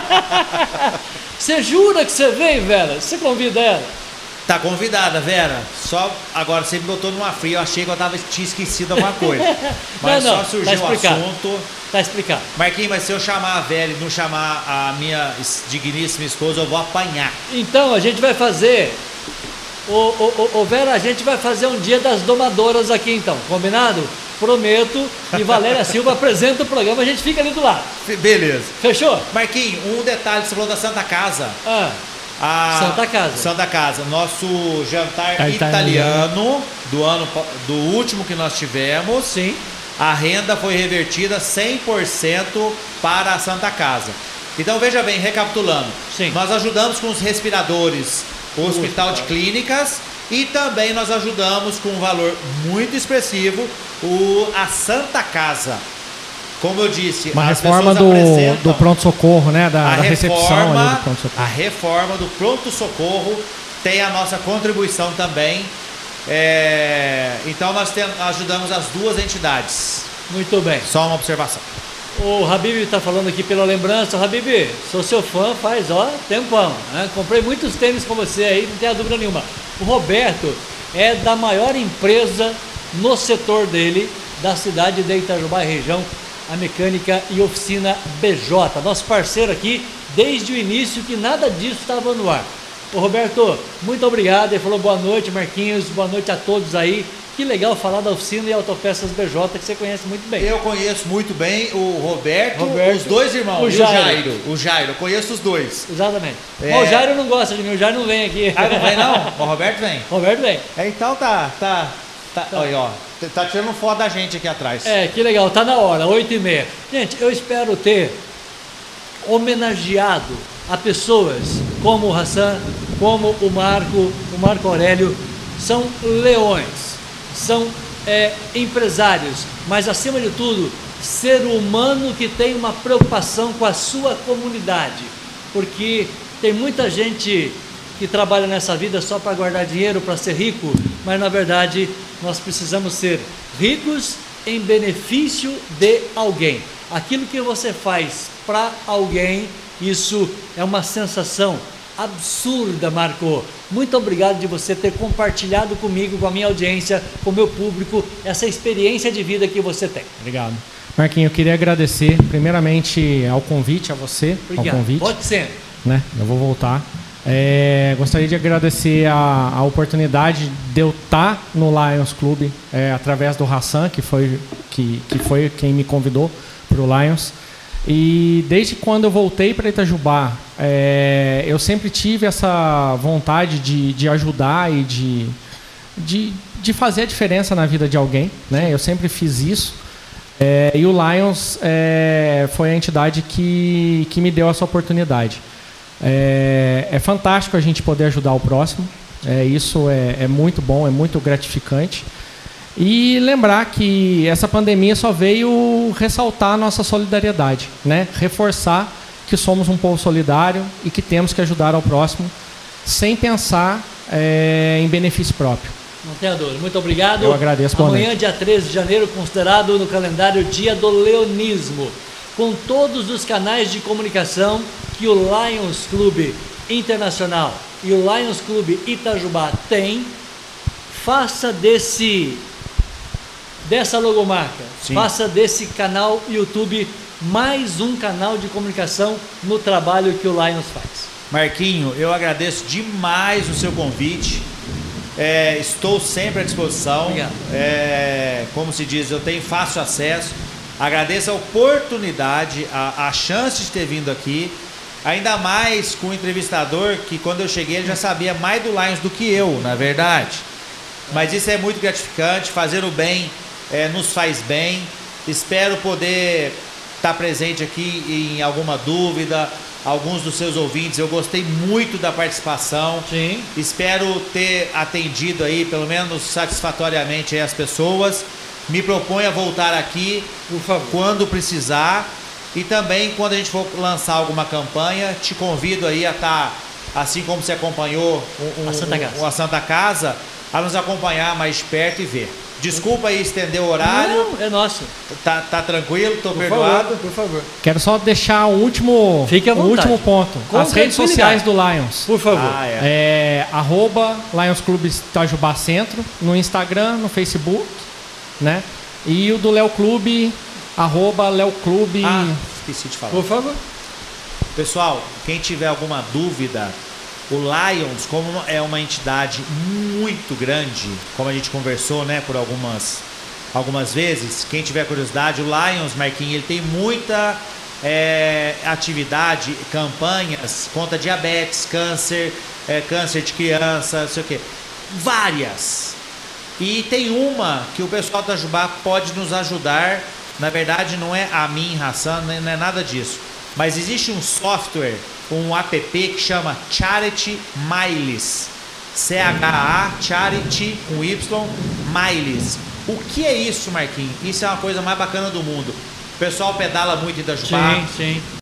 Speaker 1: você jura que você vem, Vera? Você convida ela?
Speaker 2: Tá convidada, Vera. Só agora você me botou numa fria. Eu achei que eu tava, tinha esquecido alguma coisa. Mas não, não, só surgiu tá o assunto.
Speaker 1: Tá explicado.
Speaker 2: Marquinhos, mas se eu chamar a Vera e não chamar a minha digníssima esposa, eu vou apanhar.
Speaker 1: Então, a gente vai fazer. Ô, ô, ô, ô Vera, a gente vai fazer um dia das domadoras aqui então, combinado? prometo, e Valéria Silva apresenta o programa, a gente fica ali do lado.
Speaker 2: Beleza.
Speaker 1: Fechou?
Speaker 2: Marquinho, um detalhe, você falou da Santa Casa.
Speaker 1: Ah,
Speaker 2: A
Speaker 1: Santa Casa.
Speaker 2: Santa Casa, nosso jantar
Speaker 3: Tá
Speaker 2: italiano do ano do último que nós tivemos.
Speaker 1: Sim.
Speaker 2: A renda foi revertida cem por cento para a Santa Casa. Então veja bem, recapitulando.
Speaker 1: Sim.
Speaker 2: Nós ajudamos com os respiradores o Hospital de Clínicas e também nós ajudamos com um valor muito expressivo o, a Santa Casa. Como eu disse,
Speaker 3: Uma
Speaker 2: as
Speaker 3: reforma
Speaker 2: pessoas
Speaker 3: do,
Speaker 2: apresentam
Speaker 3: do pronto-socorro, né? Da,
Speaker 2: a
Speaker 3: da recepção
Speaker 2: reforma,
Speaker 3: ali do pronto-socorro.
Speaker 2: a reforma do pronto-socorro tem a nossa contribuição também. É, então nós tem, ajudamos as duas entidades.
Speaker 1: Muito bem.
Speaker 2: Só uma observação.
Speaker 1: O Habib está falando aqui pela lembrança. Habib, sou seu fã faz, ó, tempão. Né? Comprei muitos tênis com você aí, não tem a dúvida nenhuma. O Roberto é da maior empresa no setor dele, da cidade de Itajubá e região, a Mecânica e Oficina B J. Nosso parceiro aqui, desde o início, que nada disso estava no ar. Ô Roberto, muito obrigado. Ele falou boa noite, Marquinhos, boa noite a todos aí. Que legal falar da oficina e autopeças B J, que você conhece muito bem.
Speaker 2: Eu conheço muito bem o Roberto,
Speaker 1: Roberto
Speaker 2: os dois irmãos,
Speaker 1: o
Speaker 2: e
Speaker 1: Jairo.
Speaker 2: o Jairo. O Jairo, eu conheço os dois.
Speaker 1: Exatamente.
Speaker 2: É.
Speaker 1: Mas o Jairo não gosta de mim, o Jairo não vem aqui.
Speaker 2: Ah, não vem não? O Roberto vem.
Speaker 1: Roberto vem.
Speaker 2: É, então tá, tá, tá, olha, ó, tá tirando foto da gente aqui atrás.
Speaker 1: É, que legal, tá na hora, oito e meia. Gente, eu espero ter homenageado a pessoas como o Hassan, como o Marco, o Marco Aurélio, são leões, são é, empresários, mas acima de tudo, ser humano que tem uma preocupação com a sua comunidade, porque tem muita gente que trabalha nessa vida só para guardar dinheiro, para ser rico, mas na verdade nós precisamos ser ricos em benefício de alguém. Aquilo que você faz para alguém, isso é uma sensação absurda, Marco. Muito obrigado de você ter compartilhado comigo, com a minha audiência, com o meu público, essa experiência de vida que você tem.
Speaker 3: Obrigado. Marquinhos, eu queria agradecer primeiramente ao convite, a você,
Speaker 1: Obrigado.
Speaker 3: ao convite.
Speaker 1: Pode ser.
Speaker 3: Né? Eu vou voltar. É, gostaria de agradecer a, a oportunidade de eu estar no Lions Clube, é, através do Hassan, que foi, que, que foi quem me convidou para o Lions. E desde quando eu voltei para Itajubá, é, eu sempre tive essa vontade de, de ajudar e de, de, de fazer a diferença na vida de alguém, né? Eu sempre fiz isso. É, e o Lions é, foi a entidade que, que me deu essa oportunidade. É, é fantástico a gente poder ajudar o próximo. É, isso é, é muito bom, é muito gratificante. E lembrar que essa pandemia só veio ressaltar a nossa solidariedade, né? Reforçar que somos um povo solidário e que temos que ajudar ao próximo sem pensar é, em benefício próprio.
Speaker 1: Não tenha dúvida. Muito obrigado.
Speaker 3: Eu agradeço.
Speaker 1: Amanhã, dia treze de janeiro, considerado no calendário Dia do Leonismo, com todos os canais de comunicação que o Lions Clube Internacional e o Lions Clube Itajubá têm, faça desse dessa logomarca,
Speaker 2: Sim.
Speaker 1: faça desse canal YouTube mais um canal de comunicação no trabalho que o Lions faz.
Speaker 2: Marquinho, eu agradeço demais o seu convite. É, estou sempre à disposição.
Speaker 1: Obrigado.
Speaker 2: É, como se diz, eu tenho fácil acesso. Agradeço a oportunidade, a, a chance de ter vindo aqui. Ainda mais com o entrevistador, que quando eu cheguei ele já sabia mais do Lions do que eu, na verdade. Mas isso é muito gratificante. Fazer o bem é, nos faz bem. Espero poder estar presente aqui em alguma dúvida. Alguns dos seus ouvintes, eu gostei muito da participação.
Speaker 1: Sim.
Speaker 2: Espero ter atendido aí, pelo menos satisfatoriamente, aí as pessoas. Me proponho a voltar aqui
Speaker 1: Por favor.
Speaker 2: quando precisar. E também, quando a gente for lançar alguma campanha, te convido aí a estar, assim como você acompanhou um, um,
Speaker 1: A Santa Casa.
Speaker 2: um, a Santa Casa, a nos acompanhar mais de perto e ver. Desculpa aí estender o horário.
Speaker 1: Não, é nosso.
Speaker 2: Tá, tá tranquilo, tô
Speaker 1: Por
Speaker 2: perdoado.
Speaker 1: favor, por favor.
Speaker 3: Quero só deixar o último,
Speaker 1: Fique à
Speaker 3: o
Speaker 1: vontade.
Speaker 3: último ponto.
Speaker 1: Com
Speaker 3: As redes
Speaker 1: tranquilidade.
Speaker 3: sociais do Lions.
Speaker 1: Por favor.
Speaker 2: Ah, é.
Speaker 3: É, arroba Lions Clube Itajubá Centro, no Instagram, no Facebook, né? E o do Léo Clube, arroba Léo Clube.
Speaker 2: Ah, esqueci de falar.
Speaker 1: Por favor.
Speaker 2: Pessoal, quem tiver alguma dúvida, o Lions, como é uma entidade muito grande, como a gente conversou, né, por algumas algumas vezes. Quem tiver curiosidade, o Lions, Marquinhos, ele tem muita é, atividade, campanhas contra diabetes, câncer, é, câncer de criança, não sei o quê. Várias. E tem uma que o pessoal da Jubá pode nos ajudar. Na verdade, não é a mim, Hassan, não é nada disso. Mas existe um software, um app que chama Charity Miles. C H A, Charity, com Y, Miles. O que é isso, Marquinhos? Isso é uma coisa mais bacana do mundo. O pessoal pedala muito em Itajubá.
Speaker 1: Sim, sim.